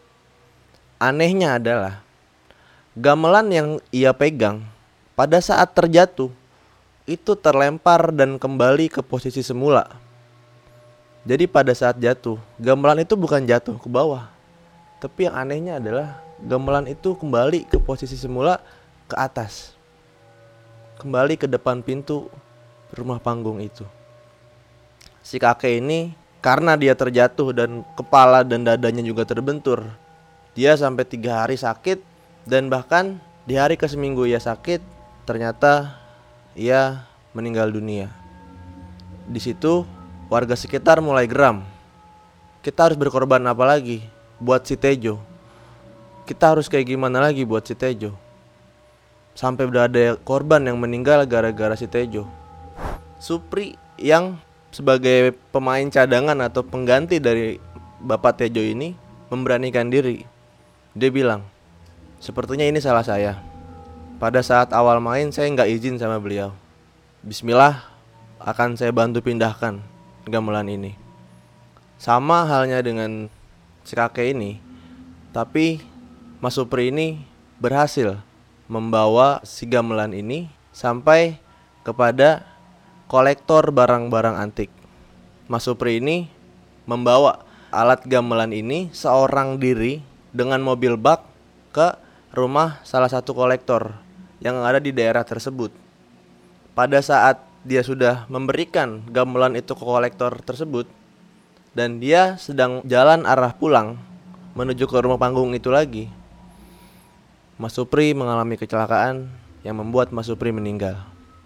Anehnya adalah gamelan yang ia pegang pada saat terjatuh itu terlempar dan kembali ke posisi semula. Jadi pada saat jatuh, gamelan itu bukan jatuh ke bawah, tapi yang anehnya adalah gamelan itu kembali ke posisi semula, ke atas, kembali ke depan pintu rumah panggung itu. Si kakek ini karena dia terjatuh dan kepala dan dadanya juga terbentur, dia sampai tiga hari sakit. Dan bahkan di hari ke seminggu ia sakit, ternyata ia meninggal dunia. Di situ warga sekitar mulai geram. Kita harus berkorban apa lagi buat si Tejo? Kita harus kayak gimana lagi buat si Tejo? Sampai udah ada korban yang meninggal gara-gara si Tejo. Supri yang sebagai pemain cadangan atau pengganti dari Bapak Tejo ini memberanikan diri. Dia bilang, sepertinya ini salah saya. Pada saat awal main saya nggak izin sama beliau. Bismillah, akan saya bantu pindahkan gamelan ini. Sama halnya dengan si kakek ini, tapi Mas Supri ini berhasil membawa si gamelan ini sampai kepada kolektor barang-barang antik. Mas Supri ini membawa alat gamelan ini seorang diri dengan mobil bak ke rumah salah satu kolektor yang ada di daerah tersebut. Pada saat dia sudah memberikan gamelan itu ke kolektor tersebut dan dia sedang jalan arah pulang menuju ke rumah panggung itu lagi, Mas Supri mengalami kecelakaan yang membuat Mas Supri meninggal.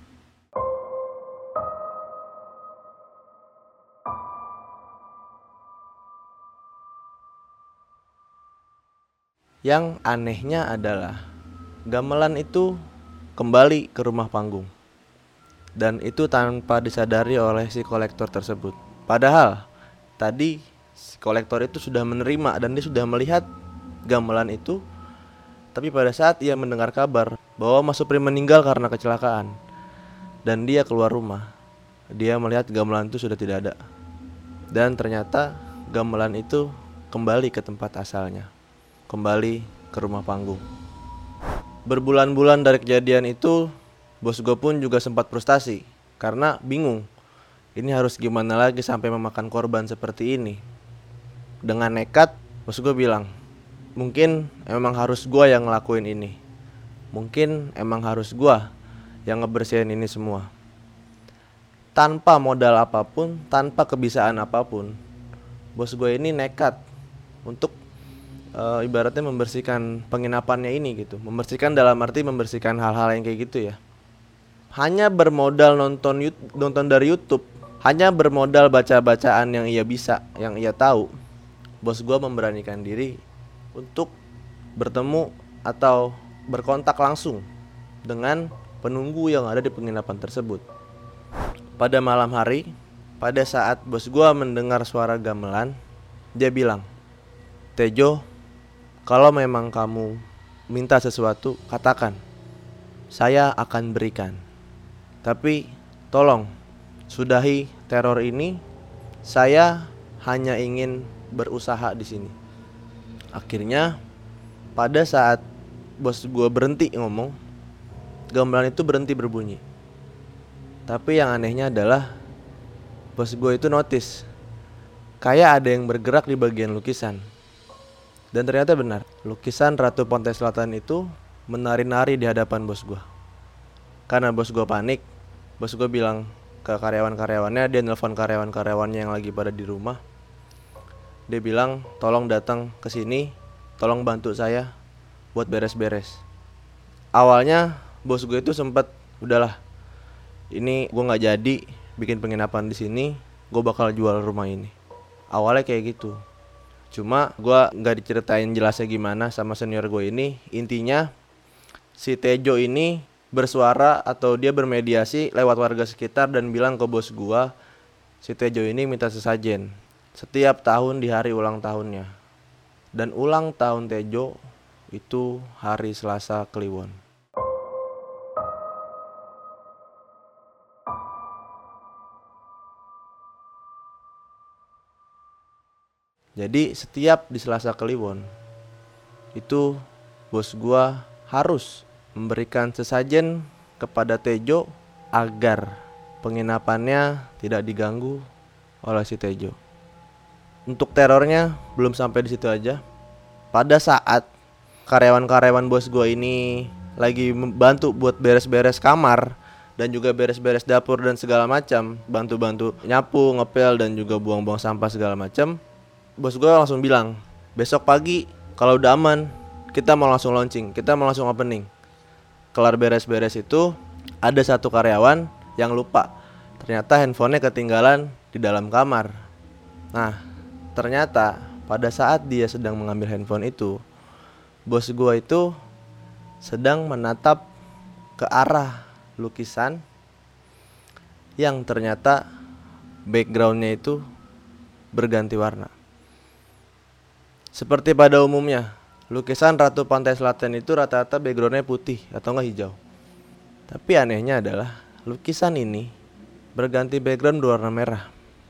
Yang anehnya adalah gamelan itu kembali ke rumah panggung, dan itu tanpa disadari oleh si kolektor tersebut. Padahal tadi si kolektor itu sudah menerima dan dia sudah melihat gamelan itu. Tapi pada saat ia mendengar kabar bahwa Mas Supri meninggal karena kecelakaan dan dia keluar rumah, dia melihat gamelan itu sudah tidak ada. Dan ternyata gamelan itu kembali ke tempat asalnya, kembali ke rumah panggung. Berbulan-bulan dari kejadian itu, bos gue pun juga sempat frustasi karena bingung, ini harus gimana lagi sampai memakan korban seperti ini. Dengan nekat, bos gue bilang, mungkin emang harus gue yang ngelakuin ini, mungkin emang harus gue yang ngebersihin ini semua. Tanpa modal apapun, tanpa kebisaan apapun, bos gue ini nekat untuk Uh, ibaratnya membersihkan penginapannya ini gitu. Membersihkan dalam arti membersihkan hal-hal yang kayak gitu ya. Hanya bermodal nonton YouTube, nonton dari YouTube, hanya bermodal baca-bacaan yang ia bisa, yang ia tahu, bos gue memberanikan diri untuk bertemu atau berkontak langsung dengan penunggu yang ada di penginapan tersebut. Pada malam hari, pada saat bos gua mendengar suara gamelan, dia bilang, "Tejo, kalau memang kamu minta sesuatu, katakan. Saya akan berikan. Tapi tolong sudahi teror ini. Saya hanya ingin berusaha di sini." Akhirnya pada saat bos gue berhenti ngomong, gamelan itu berhenti berbunyi. Tapi yang anehnya adalah bos gue itu notice kayak ada yang bergerak di bagian lukisan. Dan ternyata benar, lukisan Ratu Pantai Selatan itu menari-nari di hadapan bos gue. Karena bos gue panik, bos gue bilang ke karyawan-karyawannya, dia nelfon karyawan-karyawannya yang lagi pada di rumah. Dia bilang, "Tolong datang ke sini, tolong bantu saya buat beres-beres." Awalnya bos gue itu sempat, udahlah, ini gue nggak jadi bikin penginapan di sini, gue bakal jual rumah ini. Awalnya kayak gitu. Cuma gue nggak diceritain jelasnya gimana sama senior gue ini. Intinya si Tejo ini bersuara atau dia bermediasi lewat warga sekitar dan bilang ke bos gue, si Tejo ini minta sesajen setiap tahun di hari ulang tahunnya. Dan ulang tahun Tejo itu hari Selasa Kliwon. Jadi setiap di Selasa Kliwon itu bos gua harus memberikan sesajen kepada Tejo agar penginapannya tidak diganggu oleh si Tejo. Untuk terornya belum sampai di situ aja. Pada saat karyawan-karyawan bos gua ini lagi membantu buat beres-beres kamar dan juga beres-beres dapur dan segala macam, bantu-bantu nyapu, ngepel dan juga buang-buang sampah segala macam, bos gue langsung bilang, "Besok pagi kalau udah aman, kita mau langsung launching, kita mau langsung opening." Kelar beres-beres itu, ada satu karyawan yang lupa, ternyata handphonenya ketinggalan di dalam kamar. Nah, ternyata pada saat dia sedang mengambil handphone itu, bos gue itu sedang menatap ke arah lukisan yang ternyata backgroundnya itu berganti warna. Seperti pada umumnya, lukisan Ratu Pantai Selatan itu rata-rata backgroundnya putih atau enggak hijau. Tapi anehnya adalah lukisan ini berganti background berwarna merah.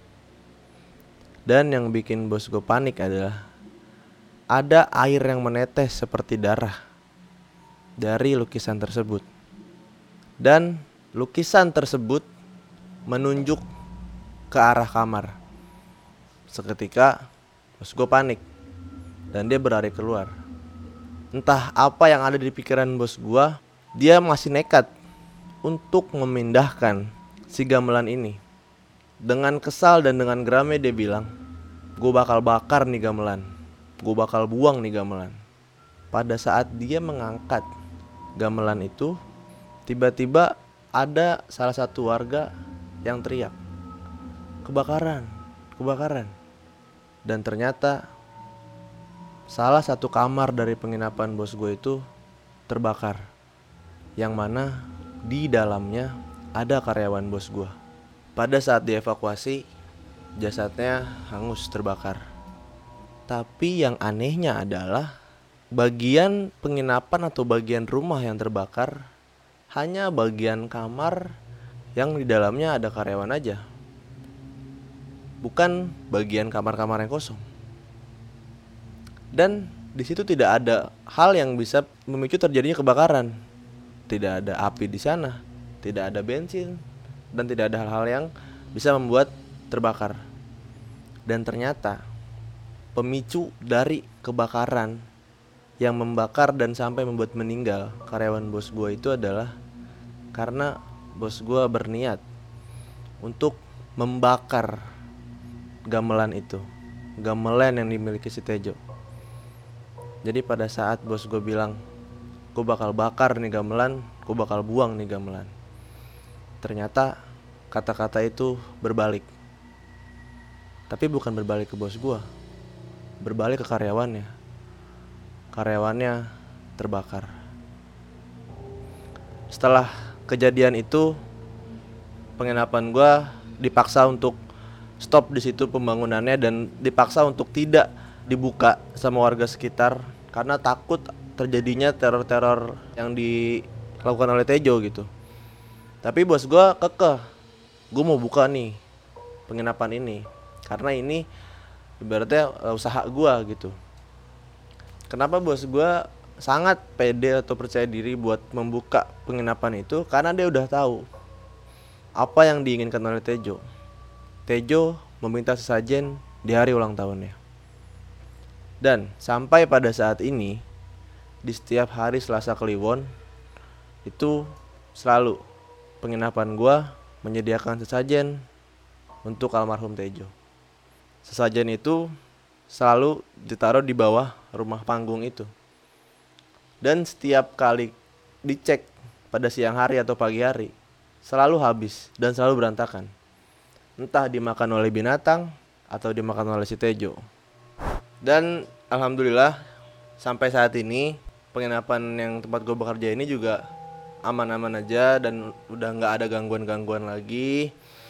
Dan yang bikin bos gue panik adalah ada air yang menetes seperti darah dari lukisan tersebut. Dan lukisan tersebut menunjuk ke arah kamar. Seketika bos gue panik dan dia berlari keluar. Entah apa yang ada di pikiran bos gua, dia masih nekat untuk memindahkan si gamelan ini. Dengan kesal dan dengan geramnya dia bilang, "Gua bakal bakar nih gamelan, gua bakal buang nih gamelan." Pada saat dia mengangkat gamelan itu, tiba-tiba ada salah satu warga yang teriak, "Kebakaran, kebakaran." Dan ternyata salah satu kamar dari penginapan bos gue itu terbakar, yang mana di dalamnya ada karyawan bos gue. Pada saat dievakuasi, jasadnya hangus terbakar. Tapi yang anehnya adalah bagian penginapan atau bagian rumah yang terbakar hanya bagian kamar yang di dalamnya ada karyawan aja, bukan bagian kamar-kamar yang kosong. Dan di situ tidak ada hal yang bisa memicu terjadinya kebakaran. Tidak ada api di sana, tidak ada bensin, dan tidak ada hal-hal yang bisa membuat terbakar. Dan ternyata pemicu dari kebakaran yang membakar dan sampai membuat meninggal karyawan bos gue itu adalah karena bos gue berniat untuk membakar gamelan itu, gamelan yang dimiliki si Tejo. Jadi pada saat bos gue bilang, "Gue bakal bakar nih gamelan, gue bakal buang nih gamelan," ternyata kata-kata itu berbalik. Tapi bukan berbalik ke bos gue, berbalik ke karyawannya. karyawannya terbakar. Setelah kejadian itu, penginapan gue dipaksa untuk stop di situ pembangunannya dan dipaksa untuk tidak dibuka sama warga sekitar karena takut terjadinya teror-teror yang dilakukan oleh Tejo gitu. Tapi bos gue kekeh, gue mau buka nih penginapan ini karena ini ibaratnya uh, usaha gue gitu. Kenapa bos gue sangat pede atau percaya diri buat membuka penginapan itu? Karena dia udah tahu apa yang diinginkan oleh Tejo. Tejo meminta sesajen di hari ulang tahunnya. Dan sampai pada saat ini, di setiap hari Selasa Kliwon itu selalu penginapan gua menyediakan sesajen untuk almarhum Tejo. Sesajen itu selalu ditaruh di bawah rumah panggung itu. Dan setiap kali dicek pada siang hari atau pagi hari, selalu habis dan selalu berantakan. Entah dimakan oleh binatang atau dimakan oleh si Tejo. Dan alhamdulillah sampai saat ini penginapan yang tempat gue bekerja ini juga aman-aman aja dan udah nggak ada gangguan-gangguan lagi.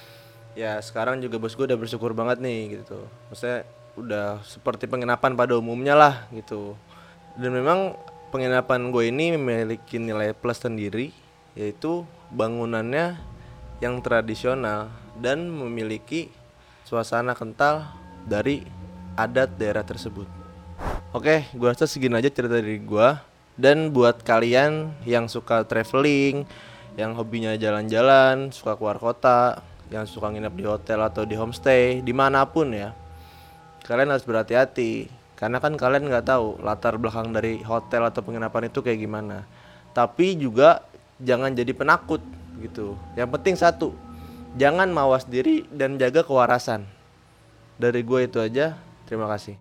Ya sekarang juga bos gue udah bersyukur banget nih gitu. Maksudnya udah seperti penginapan pada umumnya lah gitu. Dan memang penginapan gue ini memiliki nilai plus sendiri, yaitu bangunannya yang tradisional dan memiliki suasana kental dari adat daerah tersebut. Oke, gue rasa segini aja cerita dari gue. Dan buat kalian yang suka traveling, yang hobinya jalan-jalan, suka keluar kota, yang suka nginep di hotel atau di homestay, dimanapun ya, kalian harus berhati-hati. Karena kan kalian nggak tahu latar belakang dari hotel atau penginapan itu kayak gimana. Tapi juga jangan jadi penakut gitu. Yang penting satu, jangan mawas diri dan jaga kewarasan. Dari gue itu aja. Terima kasih.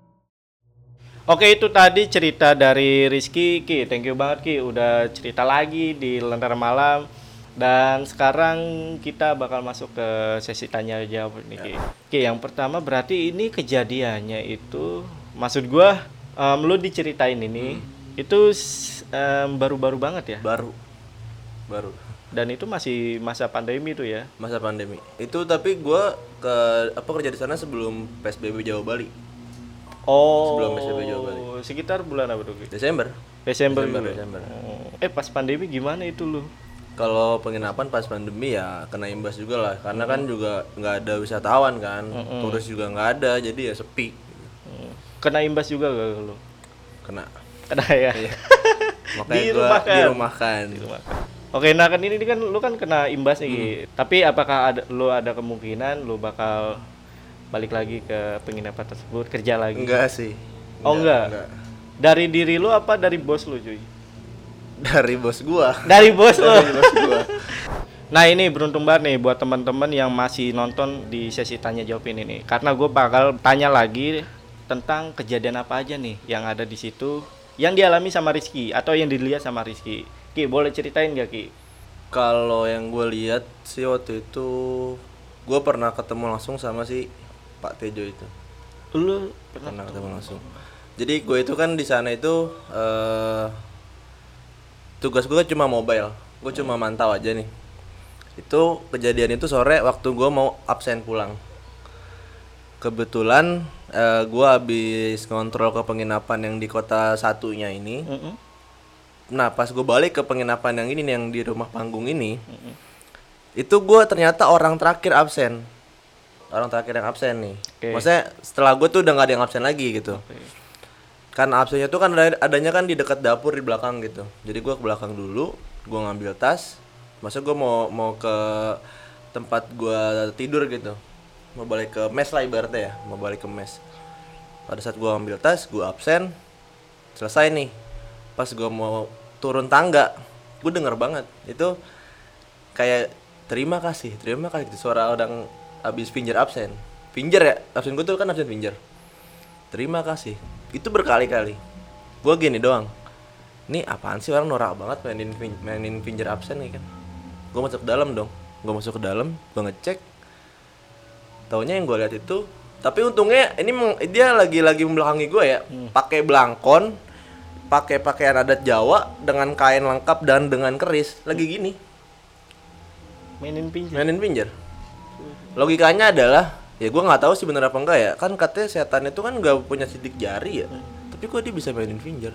Oke, itu tadi cerita dari Rizky. Ki, thank you banget Ki udah cerita lagi di Lentera Malam. Dan sekarang kita bakal masuk ke sesi tanya jawab nih Ki. Ki, yang pertama berarti ini kejadiannya itu, maksud gua um, lu diceritain ini hmm. itu um, baru-baru banget ya? Baru. Baru. Dan itu masih masa pandemi tuh ya? Masa pandemi. Itu tapi gue ke apa kerja di sana sebelum P S B B Jawa Bali. Oh. Sebelum P S B B Jawa Bali. Sekitar bulan apa tuh? Desember. Desember. Desember. Desember. Desember. Oh. Eh pas pandemi gimana itu lu? Kalau penginapan pas pandemi ya kena imbas juga lah, karena kan juga nggak ada wisatawan kan, mm-hmm. turis juga nggak ada, jadi ya sepi. Mm. Kena imbas juga gak lu? Kena. Kena ya. Iya. Makanya di gua rumahkan. di rumahkan. Di rumahkan. Oke, nah kan ini kan lu kan kena imbas nih. Hmm. Tapi apakah ada lu ada kemungkinan lu bakal balik lagi ke penginapan tersebut, kerja lagi? Enggak sih. Enggak, oh enggak. enggak. Dari diri lu apa dari bos lu, cuy? Dari bos gua. Dari bos lu. Dari bos gua. Nah, ini beruntung banget nih buat teman-teman yang masih nonton di sesi tanya jawab ini nih. Karena gue bakal tanya lagi tentang kejadian apa aja nih yang ada di situ yang dialami sama Rizky atau yang dilihat sama Rizky. Ki, boleh ceritain gak Ki? Kalau yang gue lihat sih waktu itu gue pernah ketemu langsung sama si Pak Tejo itu. Lu pernah, pernah ketemu langsung. Jadi gue itu kan di sana itu uh, tugas gue cuma mobile. Gue cuma mantau aja nih. Itu kejadian itu sore waktu gue mau absen pulang. Kebetulan uh, gue habis ngontrol ke penginapan yang di kota satunya ini. Mm-hmm. Nah pas gue balik ke penginapan yang ini nih, yang di rumah panggung ini, mm-hmm. itu gue ternyata orang terakhir absen, orang terakhir yang absen nih. Okay. Maksudnya setelah gue tuh udah nggak ada yang absen lagi gitu. Okay. Kan absennya tuh kan adanya kan di dekat dapur di belakang gitu. Jadi gue ke belakang dulu, gue ngambil tas. Maksudnya gue mau mau ke tempat gue tidur gitu, mau balik ke mes lah ibaratnya ya, mau balik ke mes. Pada saat gue ngambil tas, gue absen, selesai nih. Pas gue mau turun tangga, gue denger banget itu kayak terima kasih, terima kasih gitu, suara orang abis pinjer absen. Pinjer ya, absen gue tuh kan absen pinjer. Terima kasih, itu berkali-kali. Gue gini doang, nih apaan sih orang norak banget mainin mainin pinjer absen nih kan. Gue masuk ke dalam dong, gue masuk ke dalam, gue ngecek. Taunya yang gue lihat itu, tapi untungnya ini meng, dia lagi-lagi membelakangi gue ya, hmm. pakai belangkon. pakai pakaian adat Jawa dengan kain lengkap dan dengan keris lagi gini Mainin pinjam. mainin pinjer. Logikanya adalah ya gue nggak tahu sih bener apa enggak ya, kan katanya setan itu kan nggak punya sidik jari ya, hmm. tapi kok dia bisa mainin pinjer.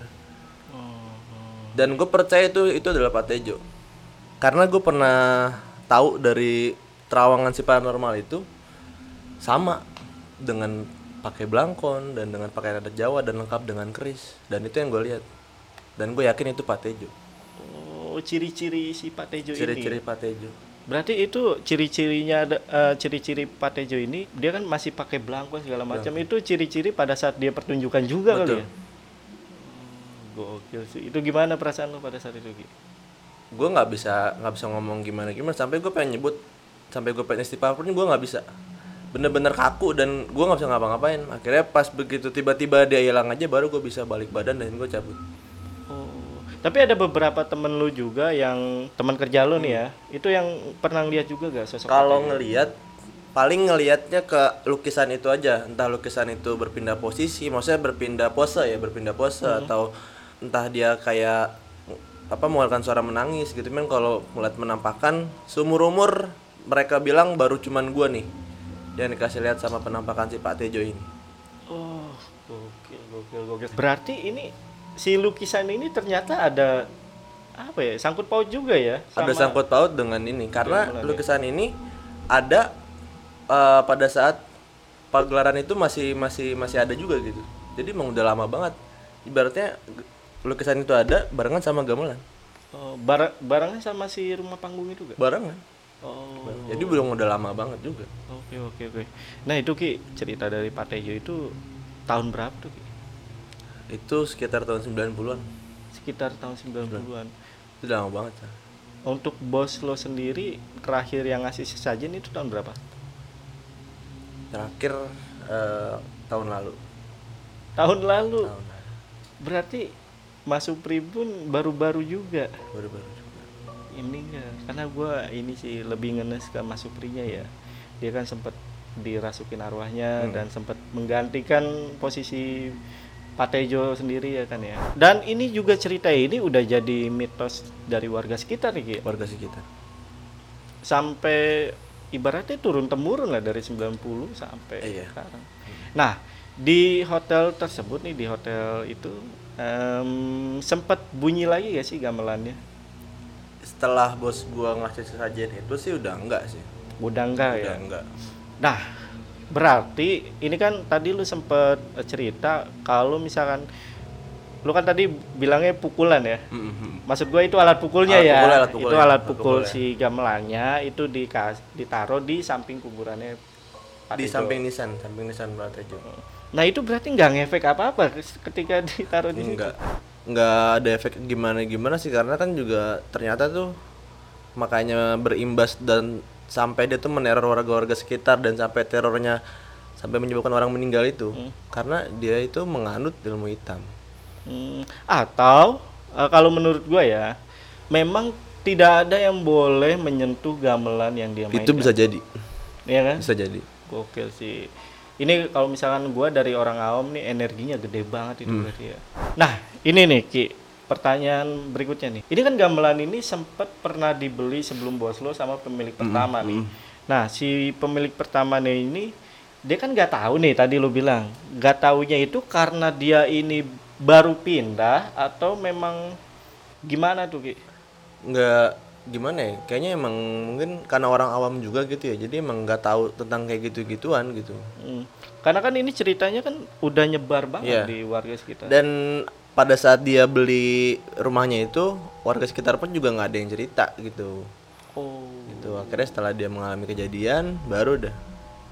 hmm. Dan gue percaya itu itu adalah Pak Tejo, karena gue pernah tahu dari terawangan si paranormal itu sama dengan pakai blangkon dan dengan pakaian adat Jawa dan lengkap dengan keris, dan itu yang gue lihat dan gue yakin itu Pak Tejo. Oh, ciri-ciri si Pak Tejo ciri-ciri ini. Ciri-ciri Pak Tejo. Berarti itu ciri-cirinya uh, ciri-ciri Pak Tejo ini dia kan masih pakai blangkon segala macam. Itu ciri-ciri pada saat dia pertunjukan juga. Betul. Kali ya. Hmm, gokil sih. Itu gimana perasaan lo pada saat itu, Ki? Gue nggak bisa nggak bisa ngomong gimana gimana sampai gue pengen nyebut, sampai gue pengen istighfar pun gue nggak bisa. Bener-bener kaku dan gue nggak bisa ngapa-ngapain. Akhirnya pas begitu tiba-tiba dia hilang aja baru gue bisa balik badan dan gue cabut. Oh, tapi ada beberapa temen lu juga yang teman kerja lu hmm. nih ya, itu yang pernah lihat juga gak sosok? Kalau ngelihat paling ngelihatnya ke lukisan itu aja, entah lukisan itu berpindah posisi, maksudnya berpindah pose ya, berpindah pose hmm. atau entah dia kayak apa mengeluarkan suara menangis gitu. Men kalau melihat menampakkan seumur umur mereka bilang baru cuman gua nih yang dikasih lihat sama penampakan si Pak Tejo ini. Oh, gokil, gokil, gokil. Berarti ini si lukisan ini ternyata ada apa ya? Sangkut paut juga ya? Sama ada sangkut paut dengan ini karena lukisan ya? Ini ada uh, pada saat pagelaran itu masih masih masih ada juga gitu. Jadi emang udah lama banget. Ibaratnya lukisan itu ada barengan sama gamelan. Oh, bar- barengan sama si rumah panggung itu gak? Barengan. Oh. Jadi belum udah lama banget juga. Oke oke oke. Nah itu Ki, cerita dari Pak Tejo itu tahun berapa tuh Ki? Itu sekitar tahun sembilan puluhan. Sekitar tahun sembilan puluhan. Itu udah lama banget. Kan? Untuk bos lo sendiri terakhir yang ngasih sesajen itu tahun berapa? Terakhir uh, tahun lalu. Tahun lalu. Tahun lalu. Berarti masuk Pribun baru-baru juga. Baru-baru juga. Ini enggak, karena gue ini sih lebih ngenes ke Mas Suprinya ya. Dia kan sempat dirasukin arwahnya hmm. dan sempat menggantikan posisi Pak Tejo sendiri ya kan ya. Dan ini juga cerita ini udah jadi mitos dari warga sekitar nih Ki. Warga sekitar. Sampai ibaratnya turun temurun lah dari sembilan puluh sampai eh, iya. sekarang. Nah, di hotel tersebut nih, di hotel itu um, sempat bunyi lagi gak sih gamelannya? Setelah bos gua ngasih sesajen itu sih udah enggak sih. Udah enggak udah ya? Enggak. Nah, berarti ini kan tadi lu sempet cerita kalau misalkan lu kan tadi bilangnya pukulan ya. Mm-hmm. Maksud gua itu alat pukulnya alat ya. Pukul, alat pukul itu ya. alat pukul, alat pukul si gamelannya itu dikas ditaruh di samping kuburannya Pak di Tejo. samping nisan, samping nisan Pak Tejo. Nah, itu berarti nggak ngefek apa-apa ketika ditaruh di situ. Enggak. Nggak ada efek gimana-gimana sih karena kan juga ternyata tuh makanya berimbas dan sampai dia tuh meneror warga-warga sekitar dan sampai terornya sampai menyebabkan orang meninggal itu hmm. karena dia itu menganut ilmu hitam. Hmm. Atau uh, kalau menurut gua ya memang tidak ada yang boleh menyentuh gamelan yang dia mainkan. Itu bisa jadi. Iya kan? Bisa jadi. Gokil sih. Ini kalau misalkan gua dari orang awam nih energinya gede banget itu hmm. berarti ya. Nah, ini nih Ki, pertanyaan berikutnya nih. Ini kan gamelan ini sempat pernah dibeli sebelum bos lo sama pemilik pertama hmm. nih. Nah, si pemilik pertama nih ini dia kan nggak tahu nih tadi lo bilang. Nggak taunya itu karena dia ini baru pindah atau memang gimana tuh Ki? Nggak gimana ya, kayaknya emang mungkin karena orang awam juga gitu ya, jadi emang nggak tahu tentang kayak gitu-gituan gitu. Hmm. Karena kan ini ceritanya kan udah nyebar banget yeah. di warga sekitar. Dan pada saat dia beli rumahnya itu, warga sekitar pun juga nggak ada yang cerita gitu. Oh. Gitu. Akhirnya setelah dia mengalami kejadian, baru dah.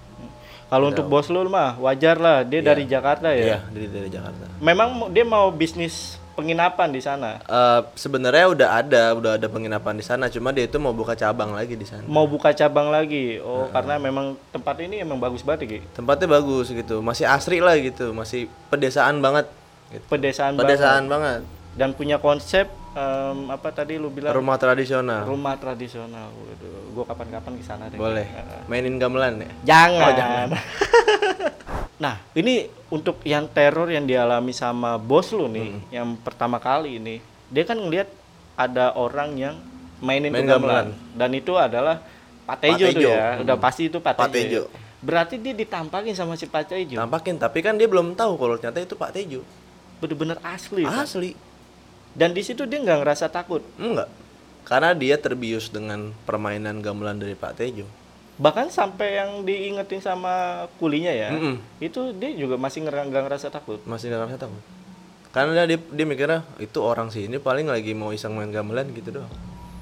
Kalau untuk bos lu mah wajar lah, dia yeah. dari Jakarta ya. Iya, yeah, dari dari Jakarta. Memang dia mau bisnis penginapan di sana. Uh, sebenarnya udah ada, udah ada penginapan di sana, cuma dia itu mau buka cabang lagi di sana. Mau buka cabang lagi. Oh, uh-huh. Karena memang tempat ini emang bagus banget gitu. Tempatnya bagus gitu, masih asri lah gitu, masih pedesaan banget. Gitu. Pedesaan, pedesaan banget. banget. Dan punya konsep um, apa tadi lu bilang? Rumah tradisional. Rumah tradisional. Waduh, gua kapan-kapan ke sana deh. Boleh. Uh, Mainin gamelan ya? Jangan. Oh, jangan. Nah, ini untuk yang teror yang dialami sama bos lu nih, hmm. yang pertama kali ini, dia kan ngelihat ada orang yang mainin Main gamelan. gamelan. Dan itu adalah Pak Tejo, Pak Tejo. tuh ya, hmm. udah pasti itu Pak, Pak Tejo. Tejo. Berarti dia ditampakin sama si Pak Tejo. Tampakin, tapi kan dia belum tahu kalau ternyata itu Pak Tejo. Bener-bener asli. Asli. Kan? Dan di situ dia nggak ngerasa takut. Enggak. Karena dia terbius dengan permainan gamelan dari Pak Tejo. Bahkan sampai yang diingetin sama kulinya ya, Mm-mm. itu dia juga masih nggak ngerasa takut. Masih nggak ngerasa takut. Karena dia dia mikirnya itu orang sini paling lagi mau iseng main gamelan gitu doang.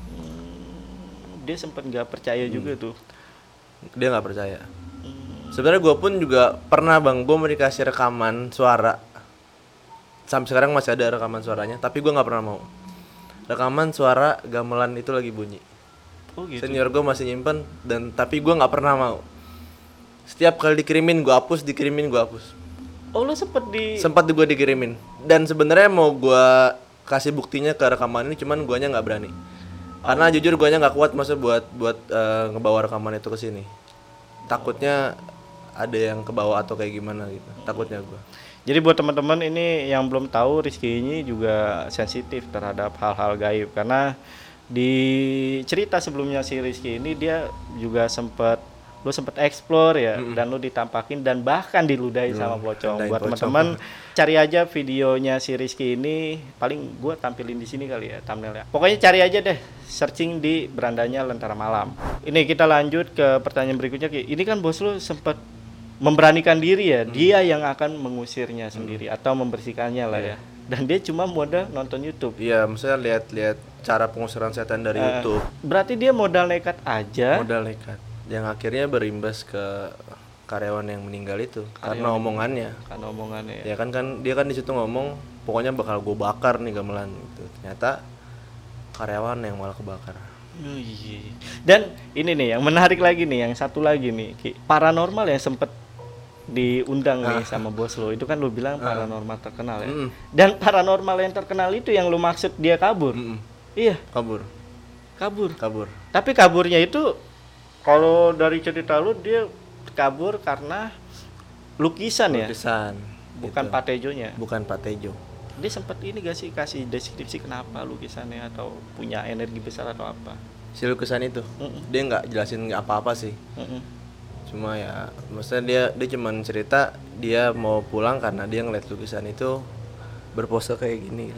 Hmm, dia sempat nggak percaya hmm. juga tuh. Dia nggak percaya. Hmm. Sebenarnya gue pun juga pernah bang, gue mau dikasih rekaman suara. Sampai sekarang masih ada rekaman suaranya, tapi gue nggak pernah mau. Rekaman suara gamelan itu lagi bunyi. Oh gitu. Senior gue masih nyimpen dan tapi gue nggak pernah mau. Setiap kali dikirimin gue hapus, dikirimin gue hapus. Oh lo sempet di sempat gue dikirimin dan sebenarnya mau gue kasih buktinya ke rekaman ini, cuman guanya nggak berani. Karena oh. jujur guanya nggak kuat masa buat buat uh, ngebawa rekaman itu ke sini. Takutnya ada yang kebawa atau kayak gimana gitu. Takutnya gue. Jadi buat teman-teman ini yang belum tahu, Rizky ini juga sensitif terhadap hal-hal gaib karena di cerita sebelumnya si Rizky ini dia juga sempat lu sempat explore ya, mm-hmm. dan lu ditampakin dan bahkan diludahi mm, sama pocong. Buat teman-teman cari aja videonya si Rizky ini, paling gua tampilin di sini kali ya thumbnailnya. Pokoknya cari aja deh, searching di Berandanya Lentera Malam. Ini kita lanjut ke pertanyaan berikutnya Ki. Ini kan bos lu sempat memberanikan diri ya, hmm. dia yang akan mengusirnya sendiri hmm. atau membersihkannya lah yeah. ya. Dan dia cuma modal nonton YouTube. Iya, maksudnya lihat-lihat cara pengusiran setan dari uh, YouTube. Berarti dia modal nekat aja. Modal nekat. Yang akhirnya berimbas ke karyawan yang meninggal itu karyawan karena omongannya. Karena omongannya. Ya, ya kan kan dia kan di situ ngomong, pokoknya bakal gue bakar nih gamelan gitu. Ternyata karyawan yang malah kebakar. Oh, iya. Dan ini nih yang menarik lagi nih, yang satu lagi nih, Ki. Paranormal yang sempet diundang ah. nih sama bos lo, itu kan lo bilang paranormal ah. terkenal ya. Mm. Dan paranormal yang terkenal itu yang lo maksud dia kabur. Mm-mm. Iya. Kabur. Kabur. Kabur. Tapi kaburnya itu kalau dari cerita lo dia kabur karena lukisan, lukisan ya. Lukisan. Bukan gitu. Pak Tejonya. Bukan Pak Tejo. Dia sempat ini gak sih kasih deskripsi kenapa lukisannya atau punya energi besar atau apa? Si lukisan itu, Mm-mm. dia nggak jelasin apa-apa sih. Mm-mm. Cuma ya, maksudnya dia dia cuma cerita dia mau pulang karena dia ngeliat lukisan itu berpose kayak gini.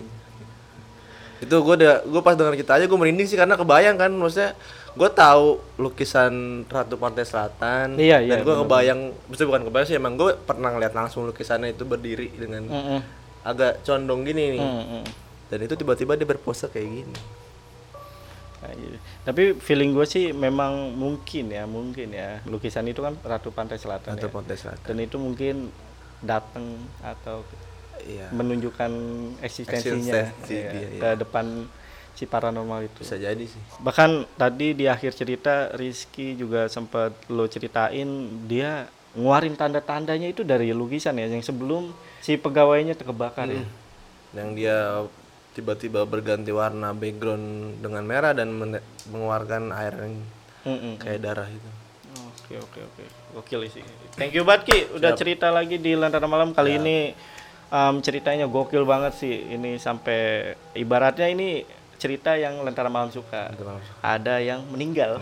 Itu gue udah gue pas dengar kita aja gue merinding sih karena kebayang kan, maksudnya gue tahu lukisan Ratu Pantai Selatan. Iya, dan iya, gue kebayang, maksudnya bukan kebayang sih, emang gue pernah ngeliat langsung lukisannya itu berdiri dengan Mm-mm. agak condong gini nih. Mm-mm. Dan itu tiba-tiba dia berpose kayak gini. Nah, iya. Tapi feeling gue sih memang mungkin ya, mungkin ya lukisan itu kan Ratu Pantai Selatan. Ratu ya. Pantai Selatan. Dan itu mungkin datang atau iya. menunjukkan eksistensinya Eksistensi ya, dia, ke iya. depan si paranormal itu. Bisa jadi sih. Bahkan tadi di akhir cerita Rizky juga sempat lo ceritain dia nguarin tanda-tandanya itu dari lukisan ya, yang sebelum si pegawainya terkebakar hmm. ya. Yang dia tiba-tiba berganti warna background dengan merah dan men- mengeluarkan air yang Mm-mm. kayak darah itu. Oke oke oke. Gokil sih. Thank you banget Ki udah Siap. cerita lagi di Lentera Malam kali Siap. ini. Um, ceritanya gokil banget sih. Ini sampai ibaratnya ini cerita yang Lentera Malam suka. Lentera Malam. Ada yang meninggal.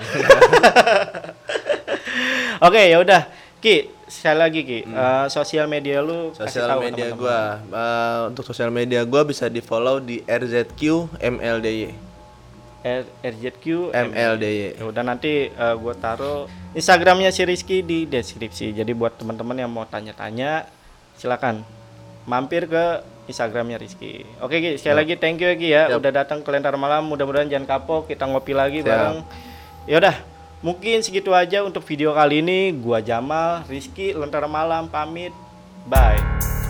Oke, okay, ya udah. Ki, sekali lagi Ki, hmm. uh, sosial media lu sosial media teman-teman. gua uh, untuk sosial media gua bisa di follow di R Z Q M L D Y. R- RZQ M L D Y. Ya udah nanti uh, gua taruh Instagramnya si Rizky di deskripsi. Jadi buat teman-teman yang mau tanya-tanya silakan mampir ke Instagramnya Rizky. Oke Ki, sekali Siap. lagi thank you Ki ya Siap. udah datang ke Lentera Malam. Mudah-mudahan jangan kapok, kita ngopi lagi Siap. bareng. Ya udah. Mungkin segitu aja untuk video kali ini. Gua Jamal, Rizky, Lentera Malam pamit. Bye.